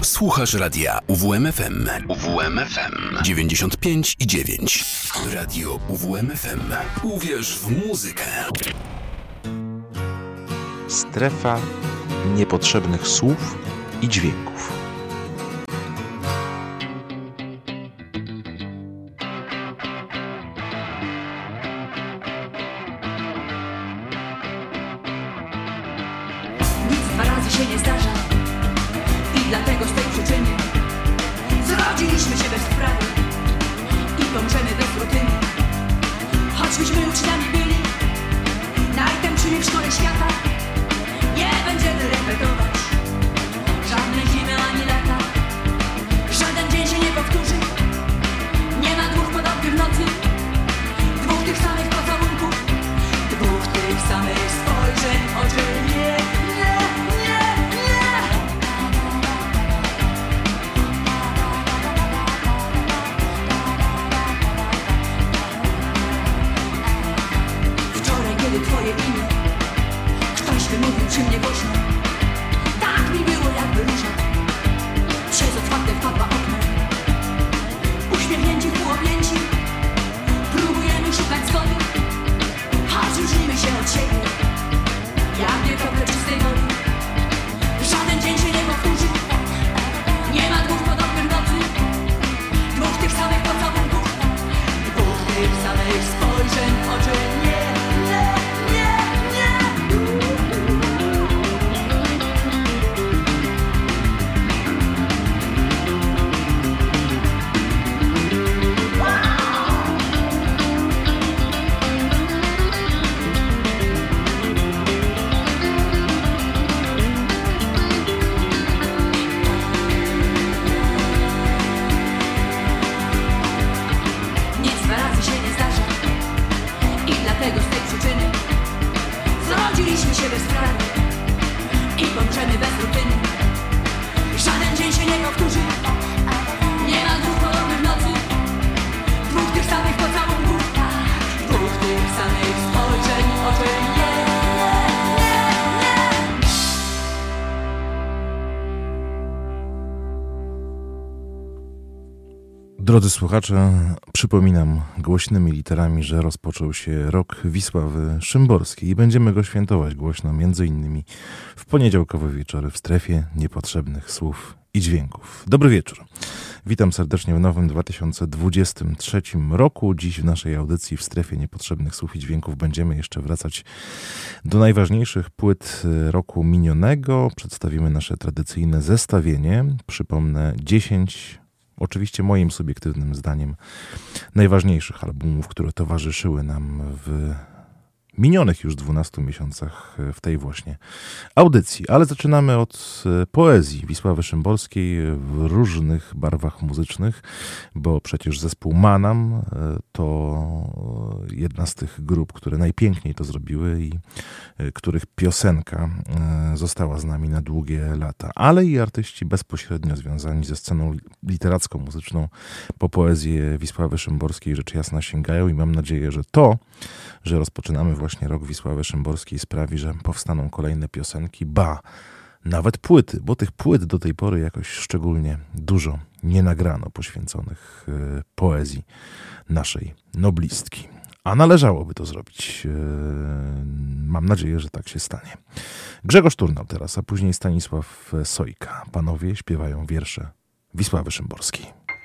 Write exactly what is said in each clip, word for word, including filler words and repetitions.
Słuchasz radia U W M F M. U W M F M dziewięćdziesiąt pięć i dziewięć. Radio U W M F M. Uwierz w muzykę. Strefa niepotrzebnych słów i dźwięków. Nic dwa razy się nie zdarza i dlatego z tej przyczyny zrodziliśmy się bez sprawy i pomrzemy bez rutyny. Choćbyśmy uczniami byli najtępszymi w szkole świata, nie będziemy repetować żadnej zimy ani lata. Żaden dzień się nie powtórzy, nie ma dwóch podobnych nocy, dwóch tych samych pocałunków, dwóch tych samych spojrzeń oczy. Nie, nie, nie, nie. Wczoraj, kiedy twoje imię ktoś wymówił przy mnie głośno, tak mi było jakby róża przez otwarte wpadła okno. Uśmiechnięci, półobjęci, próbujemy szukać zgody, choć różnimy się od siebie jak dwie krople czystej wody. Żaden dzień się nie powtórzy, nie ma dwóch podobnych nocy, dwóch tych samych pocałunków, dwóch tych samych spojrzeń oczy. Nie, nie, nie, nie. Nic dwa razy się nie zdarza i dlatego z tej przyczyny zrodziliśmy się bez sprawy i pomrzemy bez rutyny. Żaden dzień się nie powtórzy, nie ma dwóch podobnych nocy, dwóch tych samych pocałunków, dwóch tych samych spojrzeń oczy. Nie, nie, nie. Drodzy słuchacze, przypominam głośnymi literami, że rozpoczął się rok Wisławy Szymborskiej i będziemy go świętować głośno, między innymi w poniedziałkowe wieczory w strefie niepotrzebnych słów i dźwięków. Dobry wieczór. Witam serdecznie w nowym dwa tysiące dwudziestym trzecim roku. Dziś w naszej audycji w strefie niepotrzebnych słów i dźwięków będziemy jeszcze wracać do najważniejszych płyt roku minionego. Przedstawimy nasze tradycyjne zestawienie. Przypomnę dziesięć, oczywiście moim subiektywnym zdaniem, najważniejszych albumów, które towarzyszyły nam w minionych już dwunastu miesiącach w tej właśnie audycji. Ale zaczynamy od poezji Wisławy Szymborskiej w różnych barwach muzycznych, bo przecież zespół Manam to jedna z tych grup, które najpiękniej to zrobiły i których piosenka została z nami na długie lata. Ale i artyści bezpośrednio związani ze sceną literacką, muzyczną po poezję Wisławy Szymborskiej rzecz jasna sięgają i mam nadzieję, że to, że rozpoczynamy właśnie rok Wisławy Szymborskiej sprawi, że powstaną kolejne piosenki, ba, nawet płyty, bo tych płyt do tej pory jakoś szczególnie dużo nie nagrano poświęconych y, poezji naszej noblistki. A należałoby to zrobić. Y, mam nadzieję, że tak się stanie. Grzegorz Turnał teraz, a później Stanisław Sojka. Panowie śpiewają wiersze Wisławy Szymborskiej.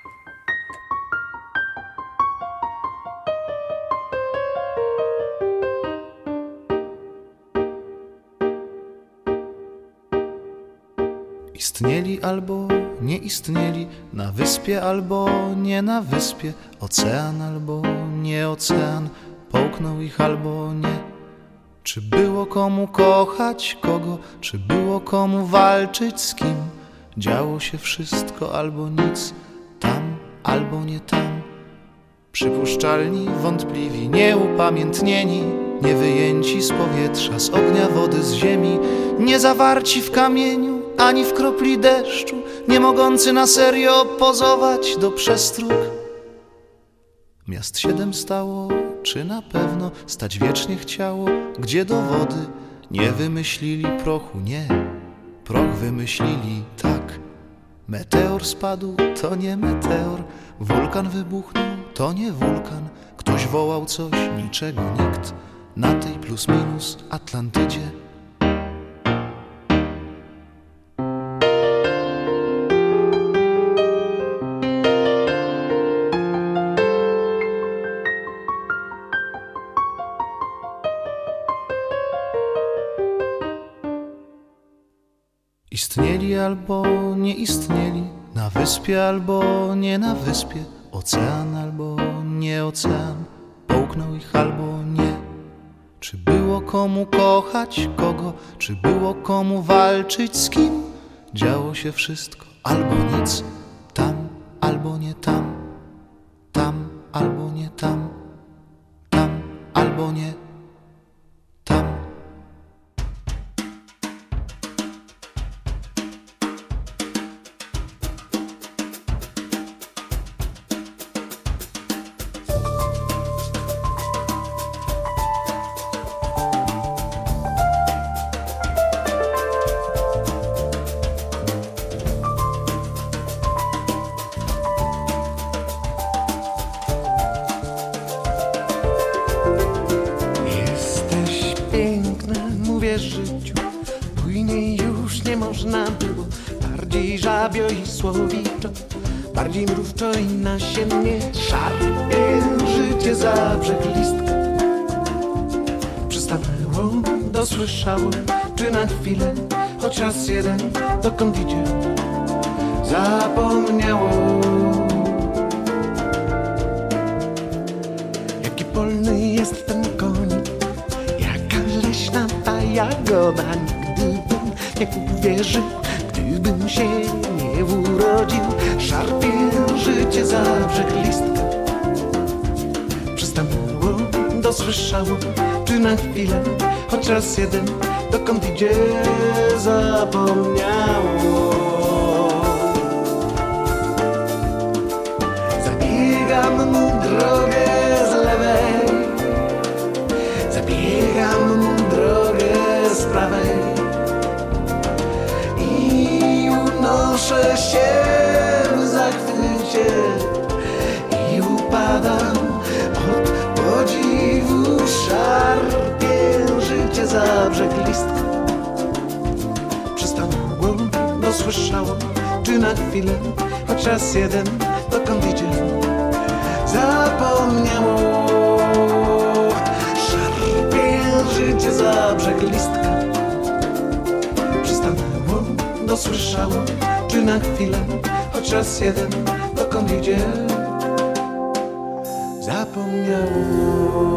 Istnieli albo nie istnieli, na wyspie albo nie na wyspie, ocean albo nie ocean, połknął ich albo nie. Czy było komu kochać kogo, czy było komu walczyć z kim? Działo się wszystko albo nic, tam albo nie tam. Przypuszczalni, wątpliwi, nieupamiętnieni, niewyjęci z powietrza, z ognia, wody, z ziemi, nie zawarci w kamieniu, ani w kropli deszczu, nie mogący na serio pozować do przestróg. Miast siedem stało, czy na pewno stać wiecznie chciało, gdzie dowody nie wymyślili prochu, nie, proch wymyślili tak. Meteor spadł, to nie meteor. Wulkan wybuchnął, to nie wulkan. Ktoś wołał coś, niczego nikt. Na tej plus minus Atlantydzie. Istnieli albo nie istnieli, na wyspie albo nie na wyspie, ocean albo nie ocean, połknął ich albo nie. Czy było komu kochać kogo, czy było komu walczyć z kim? Działo się wszystko albo nic, tam albo nie tam, tam albo nie tam, tam albo nie tam. Żabio i słowiczo, bardziej mrówczo i nasiennie, szarpie życie za brzeg listka. Przystanęło, dosłyszało, czy na chwilę, choć raz jeden, dokąd idzie, zapomniało. Jaki polny jest ten koń, jaka leśna ta jagoda, nigdy bym nie uwierzył, gdybym się nie urodził. Szarpie życie za brzeg listka. Przystanęło, dosłyszało, czy na chwilę, choć raz jeden, dokąd idzie, zapomniało. Zabiegam mu drogę z lewej, zabiegam mu drogę z prawej. Unoszę się w zachwycie i upadam od podziwu. Szarpie życie za brzeg listka. Przystanęło, dosłyszało, czy na chwilę, choć raz jeden, dokąd idzie, zapomniało. Szarpie życie za brzeg listka. Przystanęło, dosłyszało, czy na chwilę, choć raz jeden, dokąd idzie, zapomniało.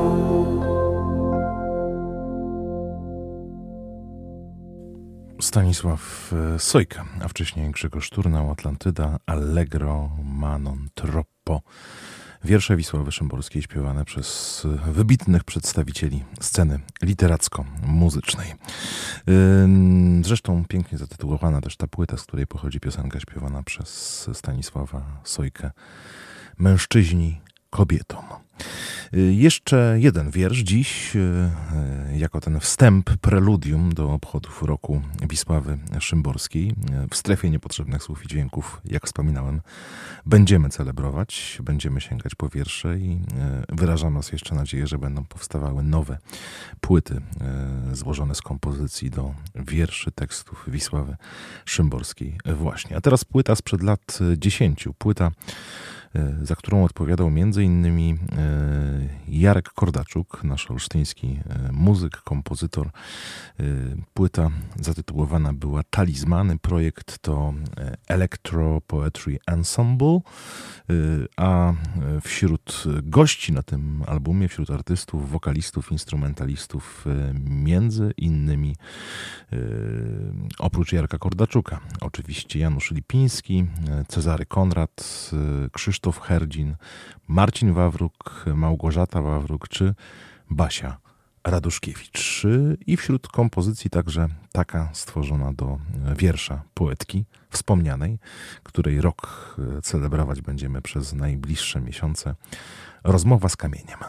Stanisław Sojka, a wcześniej Grzegorz Turnał, Atlantyda, Allegro, Manon, Troppo. Wiersze Wisławy Szymborskiej śpiewane przez wybitnych przedstawicieli sceny literacko-muzycznej. Zresztą pięknie zatytułowana też ta płyta, z której pochodzi piosenka śpiewana przez Stanisława Sojkę. Mężczyźni kobietom. Jeszcze jeden wiersz dziś, jako ten wstęp, preludium do obchodów roku Wisławy Szymborskiej. W strefie niepotrzebnych słów i dźwięków, jak wspominałem, będziemy celebrować, będziemy sięgać po wiersze i wyrażam nas jeszcze nadzieję, że będą powstawały nowe płyty złożone z kompozycji do wierszy, tekstów Wisławy Szymborskiej właśnie. A teraz płyta sprzed lat dziesięciu. Płyta, za którą odpowiadał między innymi Jarek Kordaczuk, nasz olsztyński muzyk, kompozytor. Płyta zatytułowana była Talizmany. Projekt to Electro Poetry Ensemble, a wśród gości na tym albumie, wśród artystów, wokalistów, instrumentalistów, między innymi oprócz Jarka Kordaczuka oczywiście Janusz Lipiński, Cezary Konrad, Krzysztof Herdzin, Marcin Wawruk, Małgorzata Wawruk czy Basia Raduszkiewicz. I wśród kompozycji także taka stworzona do wiersza poetki wspomnianej, której rok celebrować będziemy przez najbliższe miesiące. Rozmowa z kamieniem.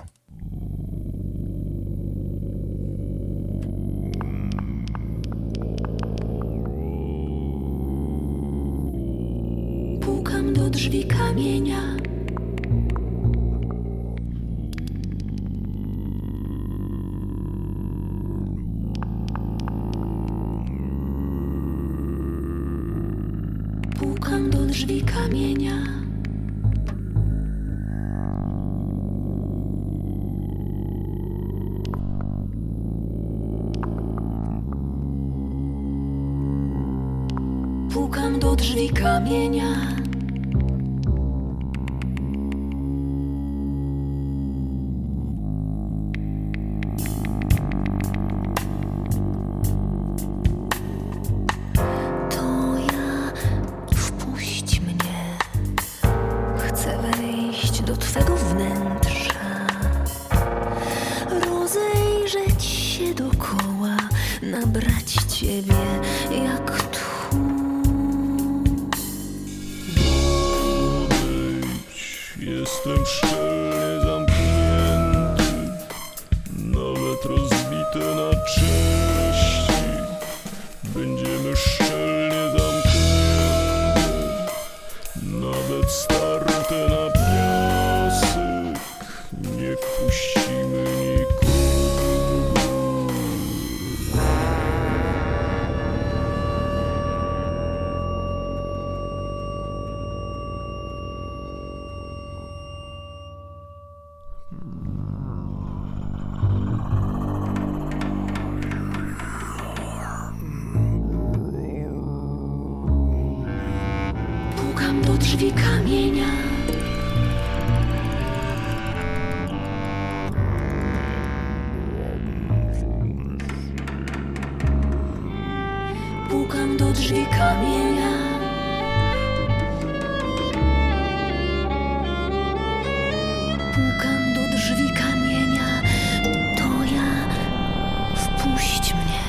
Pukam do drzwi kamienia. Pukam do drzwi kamienia. Pukam do drzwi kamienia. To ja, wpuść mnie. Chcę wejść do twego wnętrza, rozejrzeć się dokoła, nabrać ciebie jak tu. Jestem szczelnie zamknięty, nawet rozbite na części. Będziemy szczelnie zamknięte, nawet starte na piasek. Nie wpuścimy nikogo. Pukam do drzwi kamienia. Pukam do drzwi kamienia. Pukam do drzwi kamienia. To ja, wpuść mnie.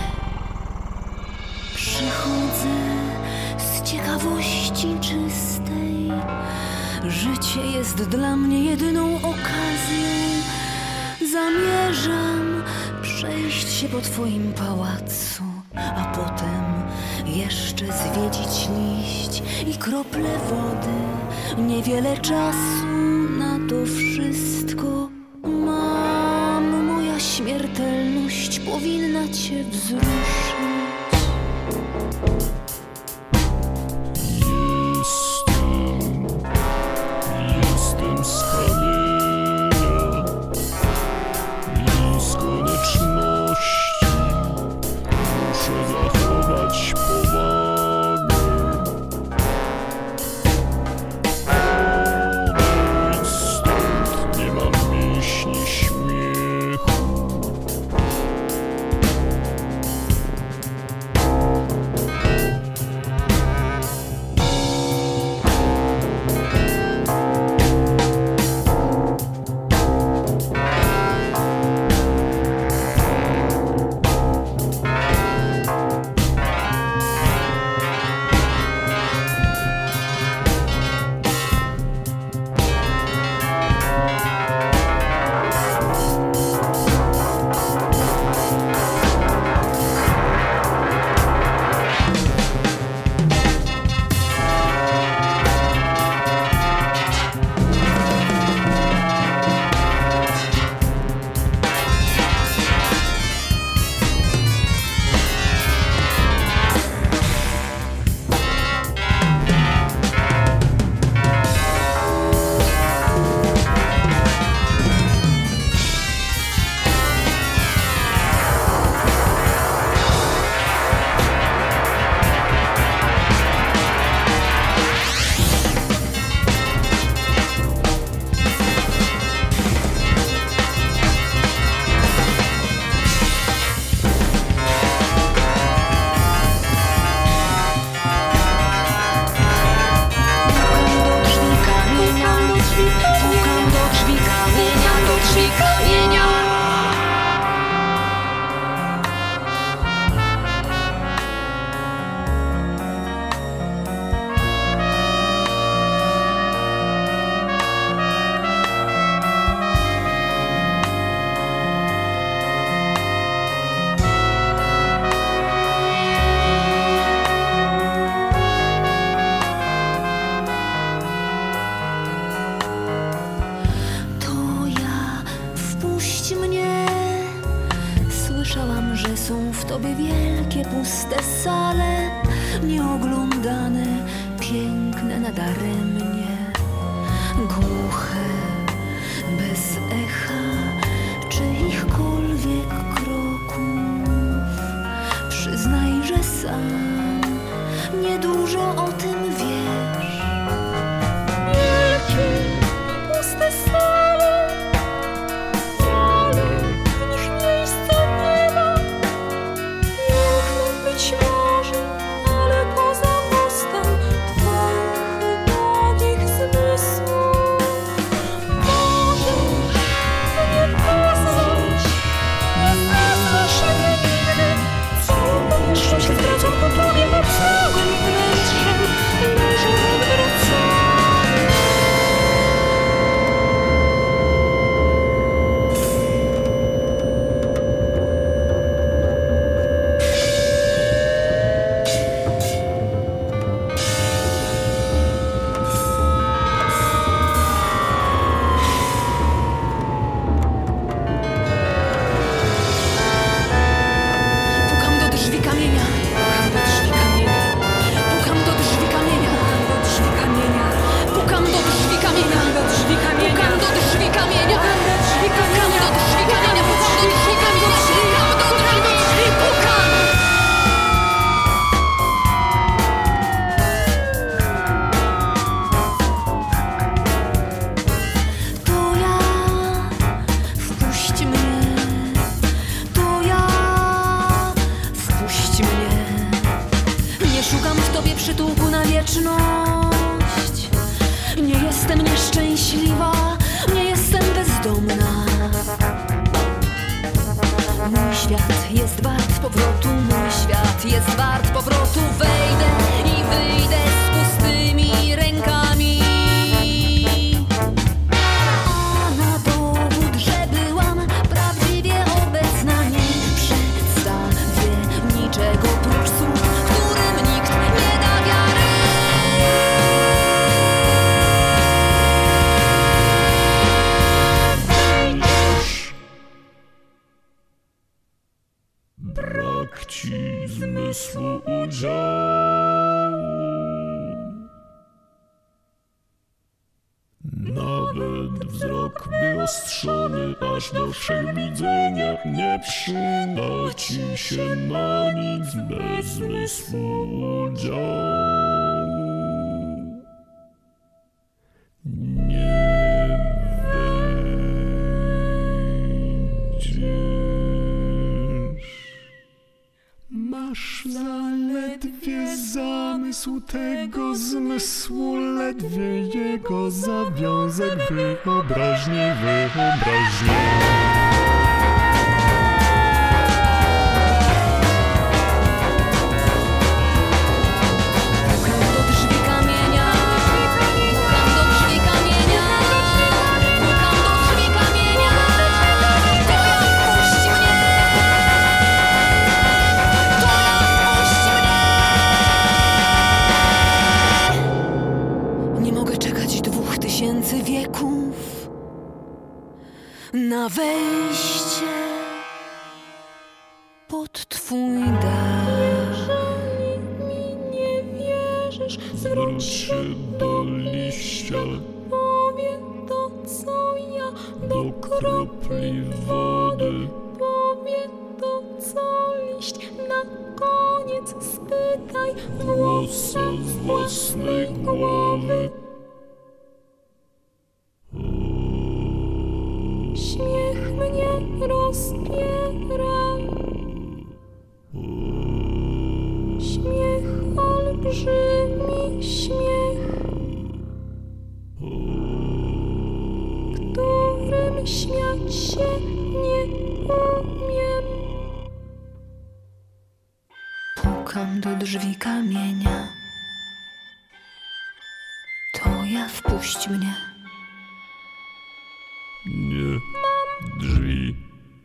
Przychodzę z ciekawości czystej. Życie jest dla mnie jedyną okazją. Zamierzam przejść się po twoim pałacu, a potem jeszcze zwiedzić liść i krople wody. Niewiele czasu na to wszystko mam. Moja śmiertelność powinna cię wzruszyć. Jestem, jestem z kamienia i z konieczności muszę zachować powagę. Odejdź stąd, nie mam mięśni śmiechu. daremnie, głuche, bez echa czyichkolwiek kroków. Przyznaj, że sam niedużo o tym wiesz. Wielkie, puste sale, ale w nich miejsca nie ma. Piękne być może, ale poza mostem twoich ubogich zmysłów. Możesz nie poznać, nie znasz siebie nigdy. Co pomyślą się zdradzą po tobie, a całym wnętrzem leży odwrócony. Pukam do drzwi kamienia, pukam do drzwi kamienia, pukam do drzwi kamienia, pukam do drzwi kamienia, pukam do drzwi kamienia, pukam do drzwi kamienia, pukam do drzwi kamienia, pukam do drzwi kamienia, pukam do drzwi, pukam. To ja, wpuść mnie. To ja, wpuść mnie. Nie szukam w tobie przytułku na wieczność. Nie jestem nieszczęśliwa, nie jestem bezdomna. Mój świat jest wart powrotu, mój świat jest wart powrotu. Wejdę i wyjdę z pustymi rękami. A na dowód, że byłam prawdziwie obecna, nie przedstawię niczego prócz słów, którym nikt nie da wiary. Brak ci zmysłu udziału. Nawet wzrok wyostrzony aż do wszechwidzenia nie przyda ci się na nic bez zmysłu udziału. Nie wyjdziesz. Masz zaledwie zamysł tego zmysłu, ledwie jego zawiązek wyobraźni, wyobraźni. Pukam do drzwi kamienia, pukam do drzwi kamienia, pukam do drzwi kamienia. To ja, wpuść mnie. To ja, wpuść mnie. Nie mogę czekać dwóch tysięcy wieków na wejście pod twój dach. Jeżeli mi nie wierzysz, Zwróć się do liścia, powie to, co ja, do kropli wody. powie to, co liść. Na koniec spytaj Włosa z własnej głowy. Śmiech mnie rozpiera. Śmiech, olbrzymi śmiech, którym śmiać się nie umiem. Pukam do drzwi kamienia. To ja, wpuść mnie. Nie drzwi.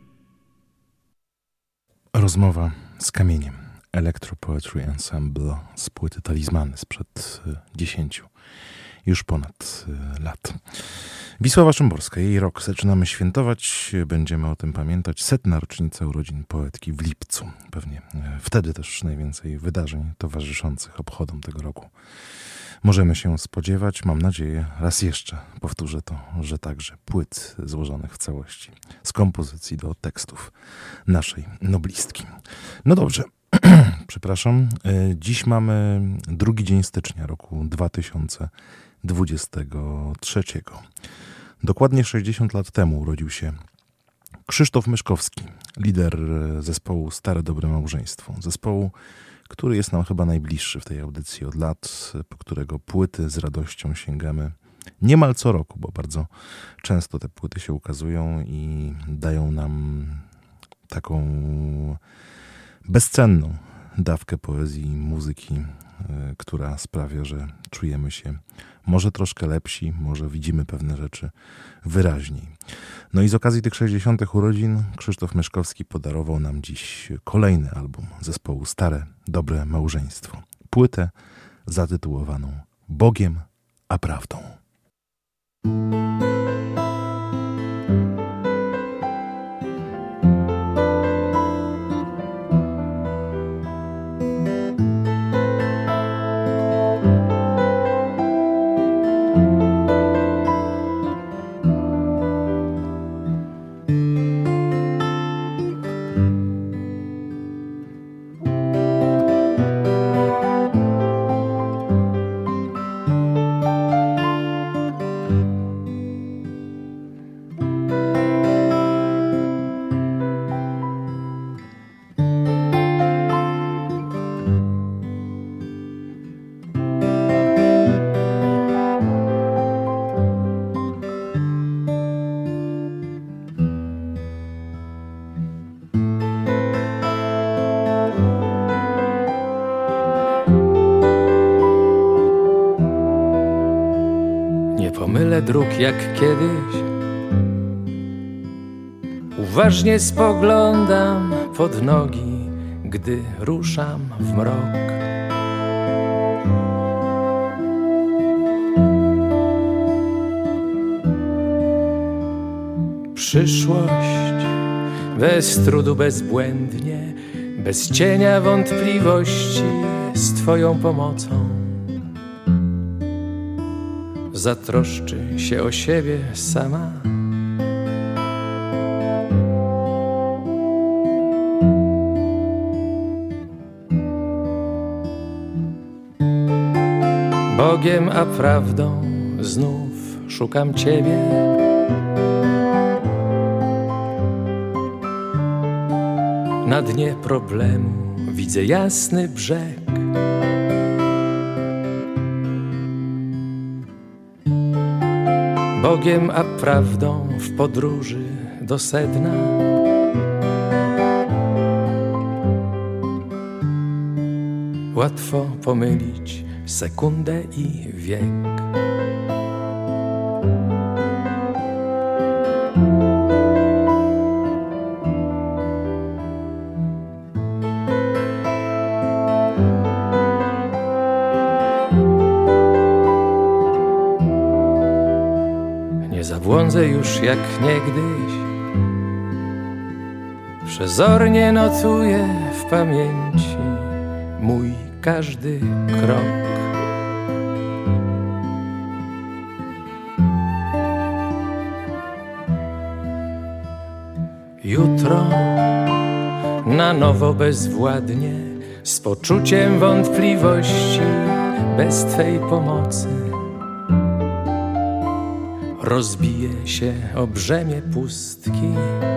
Rozmowa z kamieniem. Electro Poetry Ensemble z płyty Talizmany sprzed dziesięciu, już ponad lat. Wisława Szymborska, jej rok zaczynamy świętować, będziemy o tym pamiętać. Setna rocznica urodzin poetki w lipcu. Pewnie wtedy też najwięcej wydarzeń towarzyszących obchodom tego roku możemy się spodziewać, mam nadzieję, raz jeszcze powtórzę to, że także płyt złożonych w całości z kompozycji do tekstów naszej noblistki. No dobrze, przepraszam. Dziś mamy drugi dzień stycznia roku dwa tysiące dwudziestego trzeciego. Dokładnie sześćdziesiąt lat temu urodził się Krzysztof Myszkowski, lider zespołu Stare Dobre Małżeństwo. Zespołu, który jest nam chyba najbliższy w tej audycji od lat, po którego płyty z radością sięgamy niemal co roku, bo bardzo często te płyty się ukazują i dają nam taką bezcenną dawkę poezji i muzyki, która sprawia, że czujemy się może troszkę lepsi, może widzimy pewne rzeczy wyraźniej. No i z okazji tych sześćdziesiątych urodzin Krzysztof Myszkowski podarował nam dziś kolejny album zespołu Stare Dobre Małżeństwo. Płytę zatytułowaną Bogiem a prawdą. Dróg jak kiedyś. Uważnie spoglądam pod nogi, gdy ruszam w mrok. Przyszłość bez trudu, bezbłędnie, bez cienia wątpliwości, z Twoją pomocą zatroszczy się o siebie sama. Bogiem a prawdą znów szukam Ciebie. Na dnie problemu widzę jasny brzeg. Bogiem a prawdą w podróży do sedna. Łatwo pomylić sekundę i wiek. Błądzę już jak niegdyś, przezornie notuję w pamięci mój każdy krok. Jutro na nowo bezwładnie, z poczuciem wątpliwości, bez Twej pomocy rozbije się o brzemię pustki.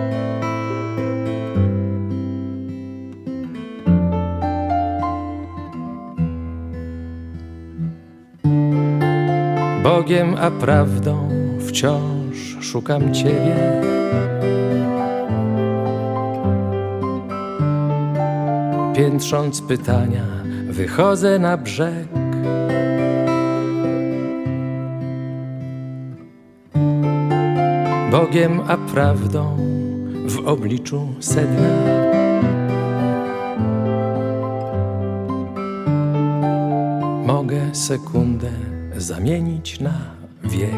Bogiem a prawdą wciąż szukam Ciebie. Piętrząc pytania, wychodzę na brzeg. Bogiem a prawdą w obliczu sedna. Mogę sekundę zamienić na wiek.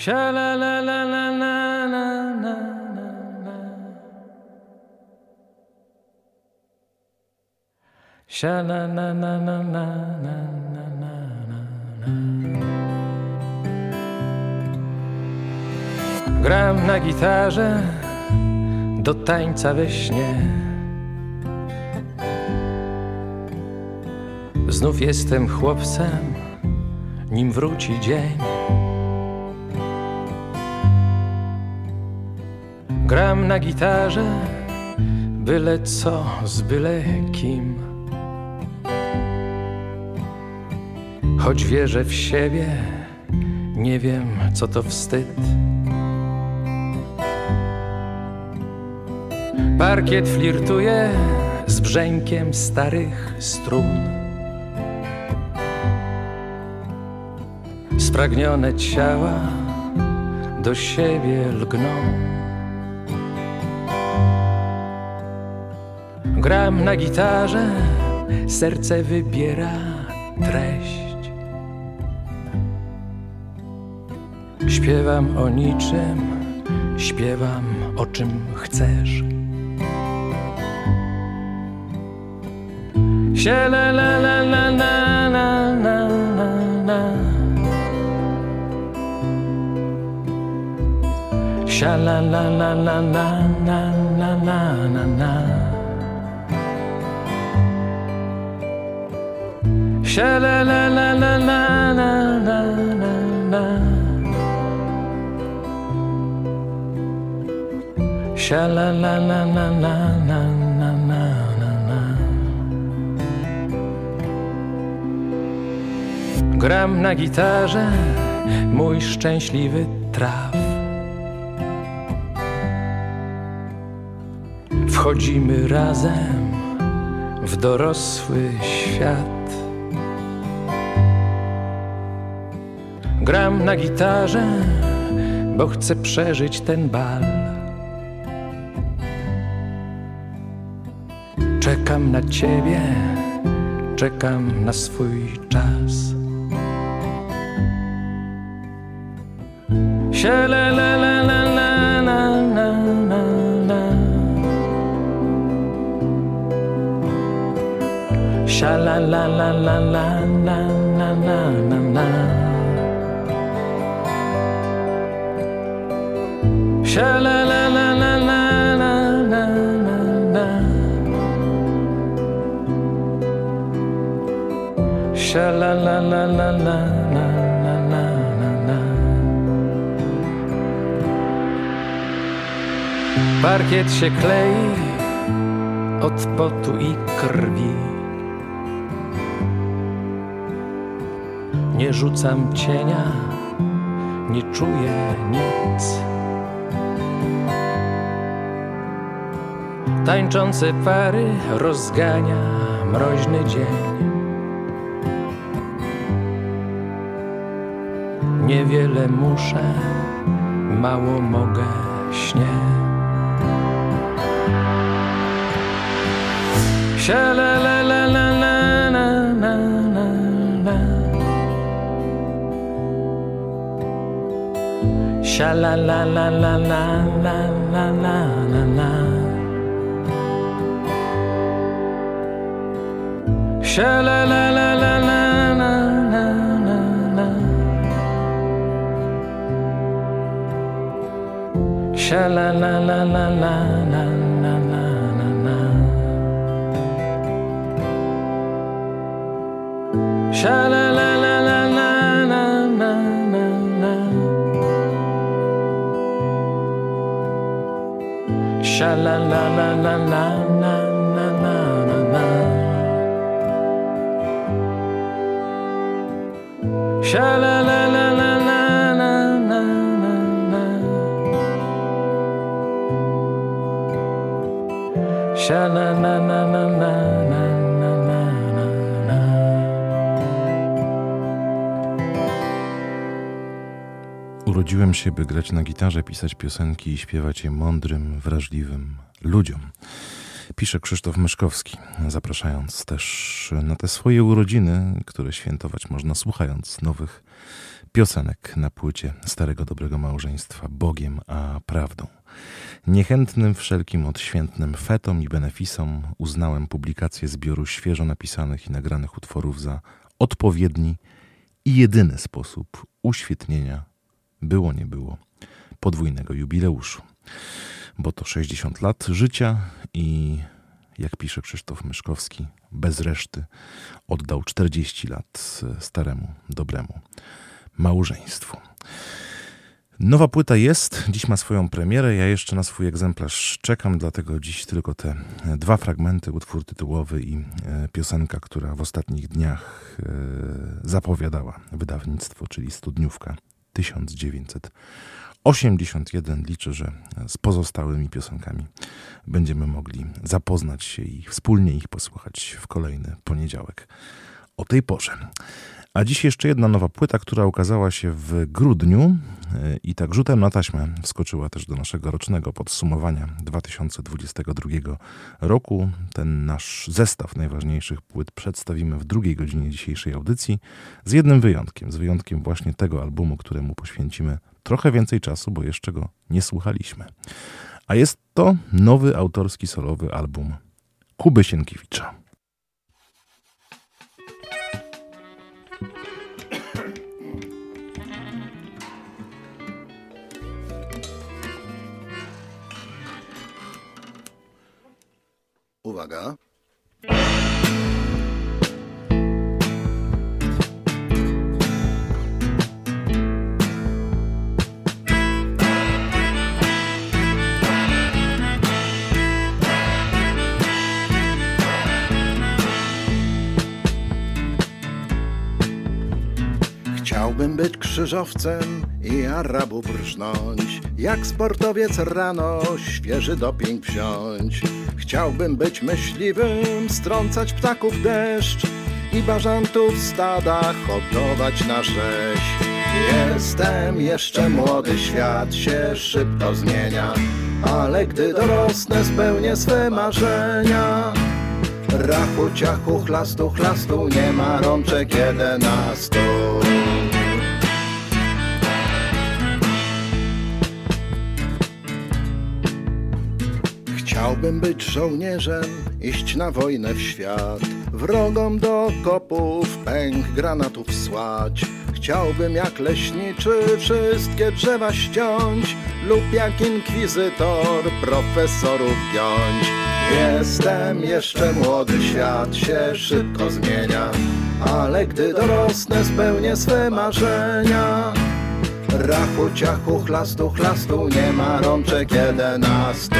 Sha la la la la la la la la. Sha la la la la la la la la. Gram na gitarze do tańca we śnie. Znów jestem chłopcem, nim wróci dzień. Gram na gitarze, byle co z byle kim. Choć wierzę w siebie, nie wiem co to wstyd. Parkiet flirtuje z brzękiem starych strun. Spragnione ciała do siebie lgną. Gram na gitarze, serce wybiera treść. Śpiewam o niczym, śpiewam o czym chcesz. Sha la la la la la la la la. Sha la la la la la la la la la. Sha la la la la la la la la. Sha la la la la la la la la. Gram na gitarze mój szczęśliwy traf. Wchodzimy razem w dorosły świat. Gram na gitarze, bo chcę przeżyć ten bal. Czekam na ciebie, czekam na swój czas. Sha la la la la la la la la. Sha la la la la la la la la la. Sha la la la la la la la la. Sha la la la la la la la la. Parkiet się klei od potu i krwi. Nie rzucam cienia, nie czuję nic. Tańczące pary rozgania mroźny dzień. Niewiele muszę, mało mogę, śnię. Sha la la la la la la la la. Sha la la la la la la la la la. Sha la la la la la la la la. Sha la la la la la la la la la. Sha la la la la la la la la. Sha la la la la la la la la. Sha la la la la la la la. Sha la la la la la la la. Urodziłem się, by grać na gitarze, pisać piosenki i śpiewać je mądrym, wrażliwym ludziom. Pisze Krzysztof Myszkowski, zapraszając też na te swoje urodziny, które świętować można słuchając nowych piosenek na płycie Starego Dobrego Małżeństwa Bogiem a Prawdą. Niechętnym wszelkim odświętnym fetom i benefisom uznałem publikację zbioru świeżo napisanych i nagranych utworów za odpowiedni i jedyny sposób uświetnienia, było nie było, podwójnego jubileuszu. Bo to sześćdziesiąt lat życia i, jak pisze Krzysztof Myszkowski, bez reszty oddał czterdzieści lat Staremu Dobremu Małżeństwu. Nowa płyta jest, dziś ma swoją premierę, ja jeszcze na swój egzemplarz czekam, dlatego dziś tylko te dwa fragmenty, utwór tytułowy i piosenka, która w ostatnich dniach zapowiadała wydawnictwo, czyli Studniówka tysiąc dziewięćset osiemdziesiąt jeden. Liczę, że z pozostałymi piosenkami będziemy mogli zapoznać się i wspólnie ich posłuchać w kolejny poniedziałek o tej porze. A dziś jeszcze jedna nowa płyta, która ukazała się w grudniu i tak rzutem na taśmę wskoczyła też do naszego rocznego podsumowania dwa tysiące dwudziestego drugiego roku. Ten nasz zestaw najważniejszych płyt przedstawimy w drugiej godzinie dzisiejszej audycji z jednym wyjątkiem, z wyjątkiem właśnie tego albumu, któremu poświęcimy trochę więcej czasu, bo jeszcze go nie słuchaliśmy. A jest to nowy autorski solowy album Kuby Sienkiewicza. Uwaga. Chciałbym być krzyżowcem i Arabu brznąć, jak sportowiec rano świeży doping wziąć. Chciałbym być myśliwym, strącać ptaków deszcz i bażantów w stadach hodować na rzeź. Jestem jeszcze młody, świat się szybko zmienia, ale gdy dorosnę, spełnię swe marzenia. Rachu, ciachu, chlastu, chlastu, nie ma rączek jedenastu. Chciałbym być żołnierzem, iść na wojnę w świat, wrogom do okopów pęk granatów słać. Chciałbym jak leśniczy wszystkie drzewa ściąć lub jak inkwizytor profesorów giąć. Jestem jeszcze młody, świat się szybko zmienia, ale gdy dorosnę, spełnię swe marzenia. Rachu, ciachu, chlastu, chlastu, nie ma rączek jedenastu.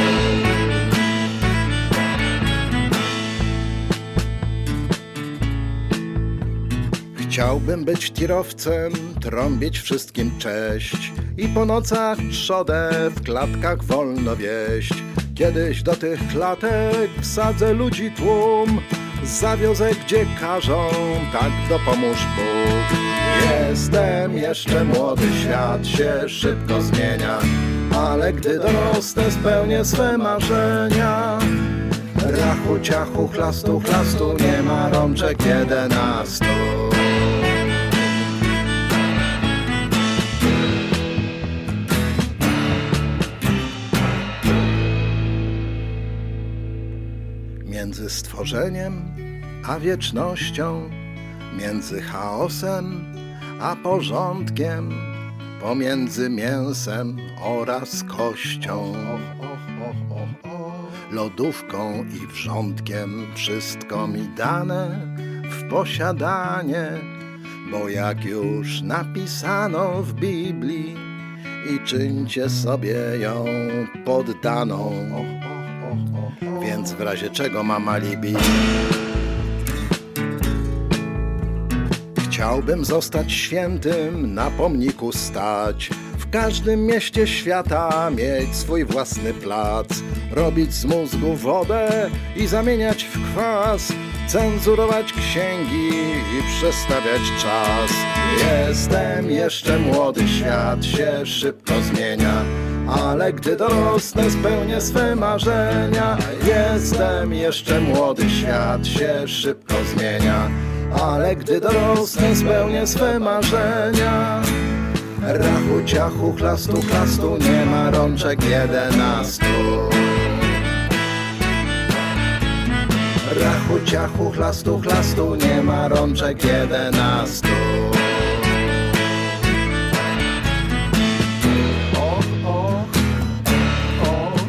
Chciałbym być tirowcem, trąbić wszystkim cześć i po nocach trzodę w klatkach wolno wieść. Kiedyś do tych klatek wsadzę ludzi tłum, zawiozę gdzie każą, tak dopomóż Bóg. Jestem jeszcze młody, świat się szybko zmienia, ale gdy dorosnę, spełnię swe marzenia. Rachu, ciachu, chlastu, chlastu, nie ma rączek jedenastu. Między stworzeniem a wiecznością, między chaosem a porządkiem, pomiędzy mięsem oraz kością, lodówką i wrzątkiem, wszystko mi dane w posiadanie, bo jak już napisano w Biblii, i czyńcie sobie ją poddaną, więc w razie czego mam alibi. Chciałbym zostać świętym, na pomniku stać, w każdym mieście świata mieć swój własny plac, robić z mózgu wodę i zamieniać w kwas, cenzurować księgi i przestawiać czas. Jestem jeszcze młody, świat się szybko zmienia, ale gdy dorosnę, spełnię swe marzenia. Jestem jeszcze młody, świat się szybko zmienia, ale gdy dorosnę, spełnię swe marzenia. Rachu, ciachu, chlastu, chlastu, nie ma rączek jedenastu. Rachu, ciachu, chlastu, chlastu, nie ma rączek jedenastu. Och, och, och.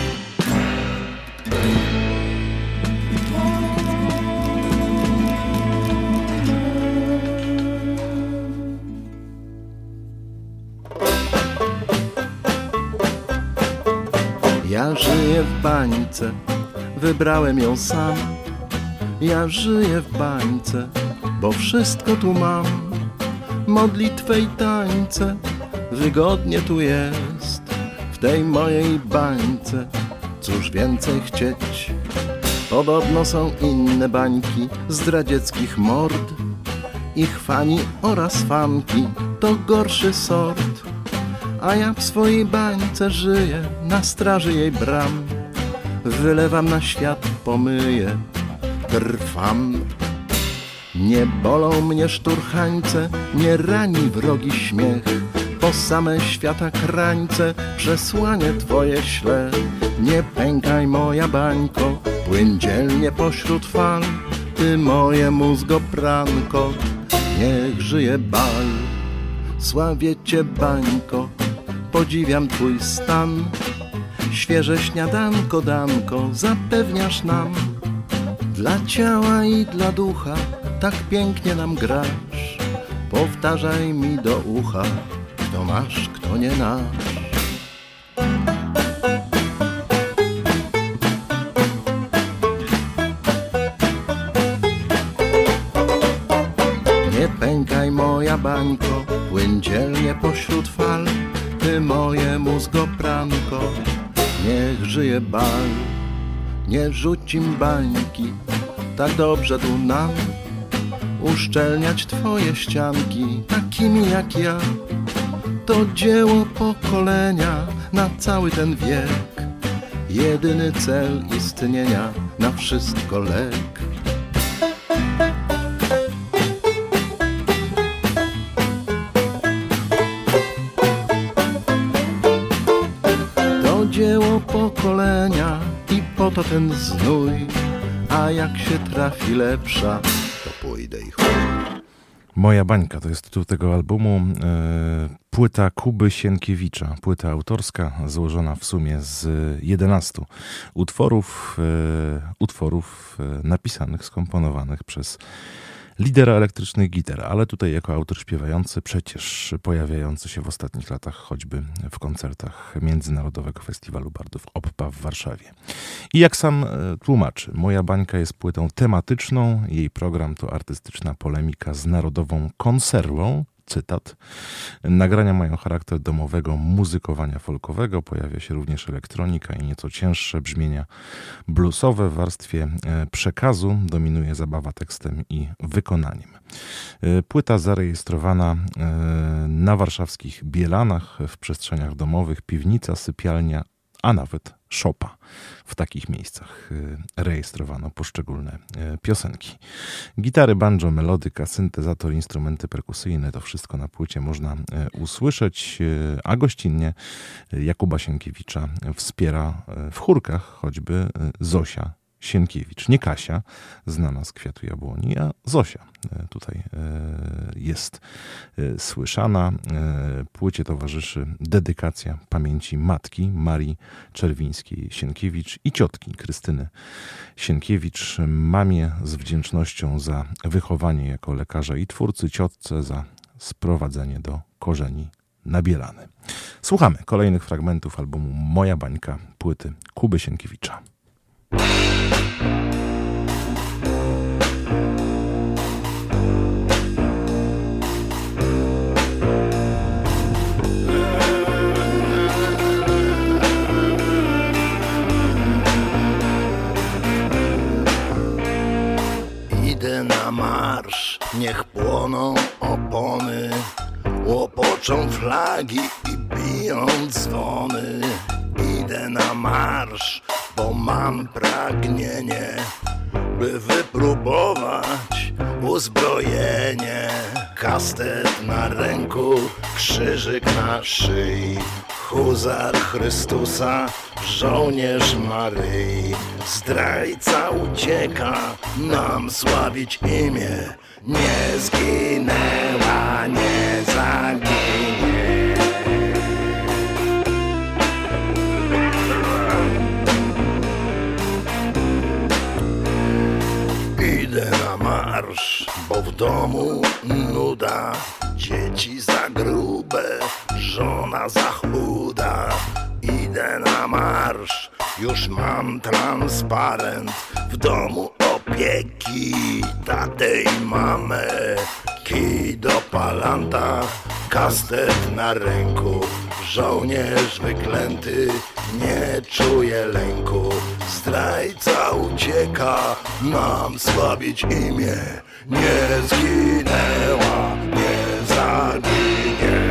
Ja żyję w bańce, wybrałem ją sam. Ja żyję w bańce, bo wszystko tu mam. Modlitwę i tańce, wygodnie tu jest. W tej mojej bańce, cóż więcej chcieć. Podobno są inne bańki zdradzieckich mord. Ich fani oraz fanki to gorszy sort. A ja w swojej bańce żyję, na straży jej bram. Wylewam na świat, pomyję, trwam. Nie bolą mnie szturchańce, nie rani wrogi śmiech. Po same świata krańce przesłanie twoje śle. Nie pękaj moja bańko, płyń dzielnie pośród fal. Ty moje mózgopranko, niech żyje bal. Sławię cię bańko, podziwiam twój stan. Świeże śniadanko, danko, zapewniasz nam. Dla ciała i dla ducha tak pięknie nam grasz. Powtarzaj mi do ucha, kto nasz, kto nie nasz. Nie pękaj moja bańko, płyń dzielnie pośród fal. Ty moje mózgopranko, niech żyje bal. Nie rzuć im bańki, tak dobrze tu nam. Uszczelniać twoje ścianki, takimi jak ja. To dzieło pokolenia na cały ten wiek. Jedyny cel istnienia, na wszystko lek. To dzieło pokolenia i po to ten znój. A jak się trafi lepsza, to pójdę i chuj. Moja bańka to jest tytuł tego albumu. E, płyta Kuby Sienkiewicza. Płyta autorska złożona w sumie z jedenastu utworów, e, utworów e, napisanych, skomponowanych przez lidera elektrycznych gitar, ale tutaj jako autor śpiewający, przecież pojawiający się w ostatnich latach choćby w koncertach Międzynarodowego Festiwalu Bardów O P P A w Warszawie. I jak sam tłumaczy, Moja bańka jest płytą tematyczną, jej program to artystyczna polemika z narodową konserwą. Cytat. Nagrania mają charakter domowego muzykowania folkowego. Pojawia się również elektronika i nieco cięższe brzmienia bluesowe. W warstwie przekazu dominuje zabawa tekstem i wykonaniem. Płyta zarejestrowana na warszawskich Bielanach, w przestrzeniach domowych, piwnica, sypialnia, a nawet szopa. W takich miejscach rejestrowano poszczególne piosenki. Gitary, banjo, melodyka, syntezator, instrumenty perkusyjne, to wszystko na płycie można usłyszeć, a gościnnie Jakuba Sienkiewicza wspiera w chórkach choćby Zosia Sienkiewicz. Nie Kasia, znana z Kwiatu Jabłoni, a Zosia tutaj jest słyszana. Płycie towarzyszy dedykacja pamięci matki Marii Czerwińskiej-Sienkiewicz i ciotki Krystyny Sienkiewicz. Mamie z wdzięcznością za wychowanie jako lekarza i twórcy, ciotce za sprowadzenie do korzeni na Bielany. Słuchamy kolejnych fragmentów albumu Moja bańka, płyty Kuby Sienkiewicza. Idę na marsz, niech płoną opony, łopoczą flagi i biją dzwony. Idę na marsz, bo mam pragnienie, by wypróbować uzbrojenie, kastet na ręku, krzyżyk na szyi, huzar Chrystusa, żołnierz Maryi. Zdrajca ucieka, nam sławić imię, nie zginęła, nie zaginie. Idę na marsz, bo w domu nuda, dzieci za grube, żona za chuda. Idę na marsz, już mam transparent, w domu opieki, tatę i mamę. Kij do palanta, kastet na ręku, żołnierz wyklęty, nie czuje lęku. Zdrajca ucieka, nam sławić imię, nie zginęła, nie zaginie.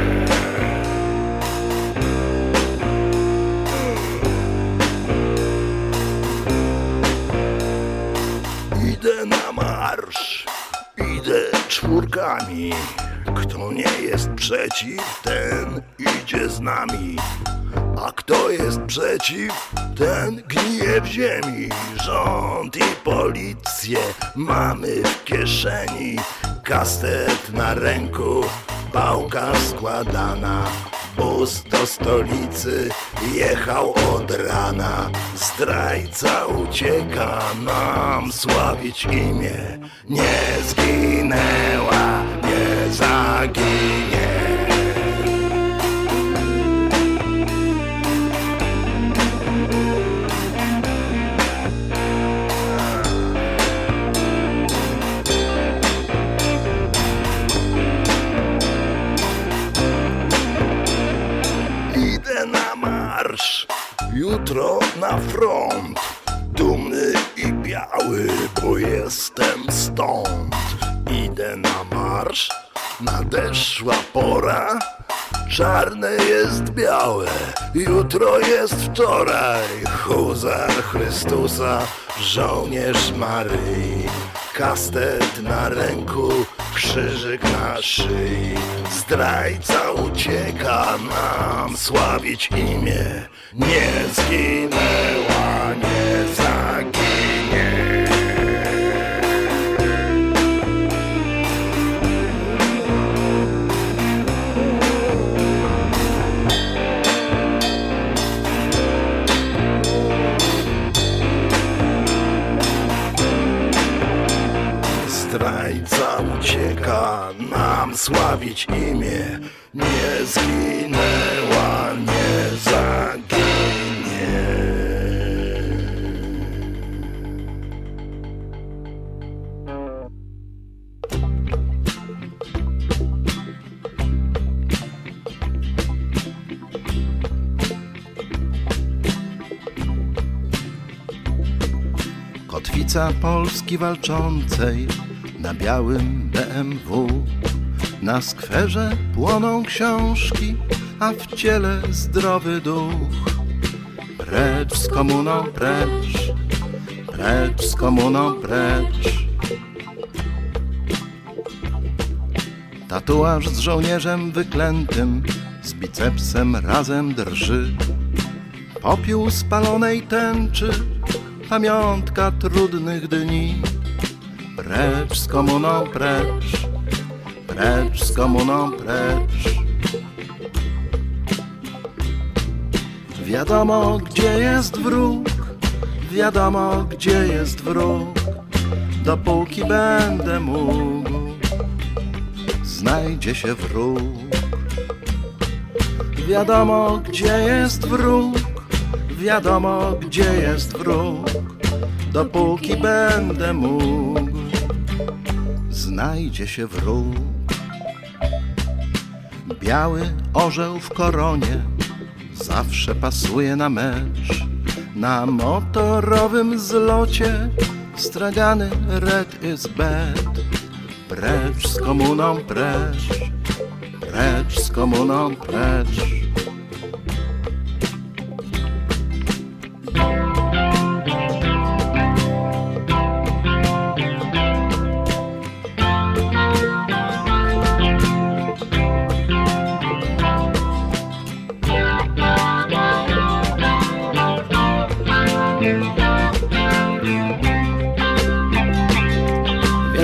Idę na marsz, idę czwórkami, kto nie jest przeciw, ten idzie z nami. A kto jest przeciw, ten gnije w ziemi. Rząd i policję mamy w kieszeni, kastet na ręku, pałka składana. Bus do stolicy jechał od rana. Zdrajca ucieka, nam sławić imię, nie zginęła, nie zaginie. Jutro na front, dumny i biały, bo jestem stąd. Idę na marsz, nadeszła pora, czarne jest białe, jutro jest wczoraj. Huzar Chrystusa, żołnierz Maryi, kastet na ręku, krzyżyk na szyi. Zdrajca ucieka, nam sławić imię, nie zginęła, nie zaginie. Zdrajca ucieka, nam sławić imię, nie zginęła, nie zaginie. Kotwica Polski walczącej na białym B M W. Na skwerze płoną książki, a w ciele zdrowy duch. Precz z komuną, precz, precz z komuną, precz. Tatuaż z żołnierzem wyklętym, z bicepsem razem drży. Popiół spalonej tęczy, pamiątka trudnych dni. Precz z komuną, precz, precz z komuną, precz. Wiadomo, gdzie jest wróg, wiadomo, gdzie jest wróg. Dopóki będę mógł, znajdzie się wróg. Wiadomo, gdzie jest wróg, wiadomo, gdzie jest wróg. Dopóki będę mógł, znajdzie się wróg. Biały orzeł w koronie zawsze pasuje na mecz. Na motorowym zlocie stragany red is bad. Precz z komuną, precz, precz z komuną, precz.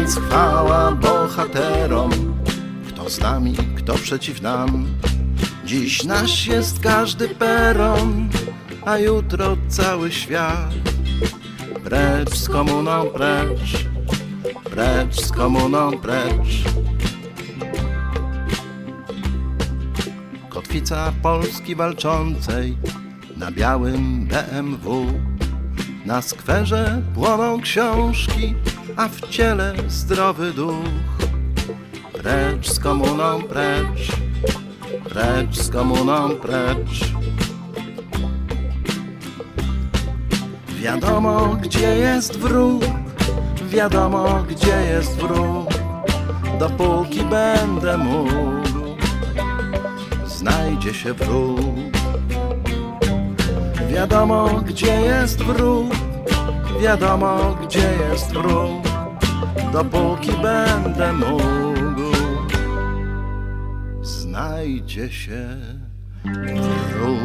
Więc chwała bohaterom, kto z nami, kto przeciw nam. Dziś nasz jest każdy peron, a jutro cały świat. Precz z komuną, precz, precz z komuną, precz. Kotwica Polski walczącej na białym B M W. Na skwerze płoną książki, a w ciele zdrowy duch. Precz z komuną, precz, precz z komuną, precz. Wiadomo, gdzie jest wróg, wiadomo, gdzie jest wróg. Dopóki będę mógł, znajdzie się wróg. Wiadomo, gdzie jest wróg, wiadomo, gdzie jest wróg. Dopóki będę mógł, znajdzie się wróg.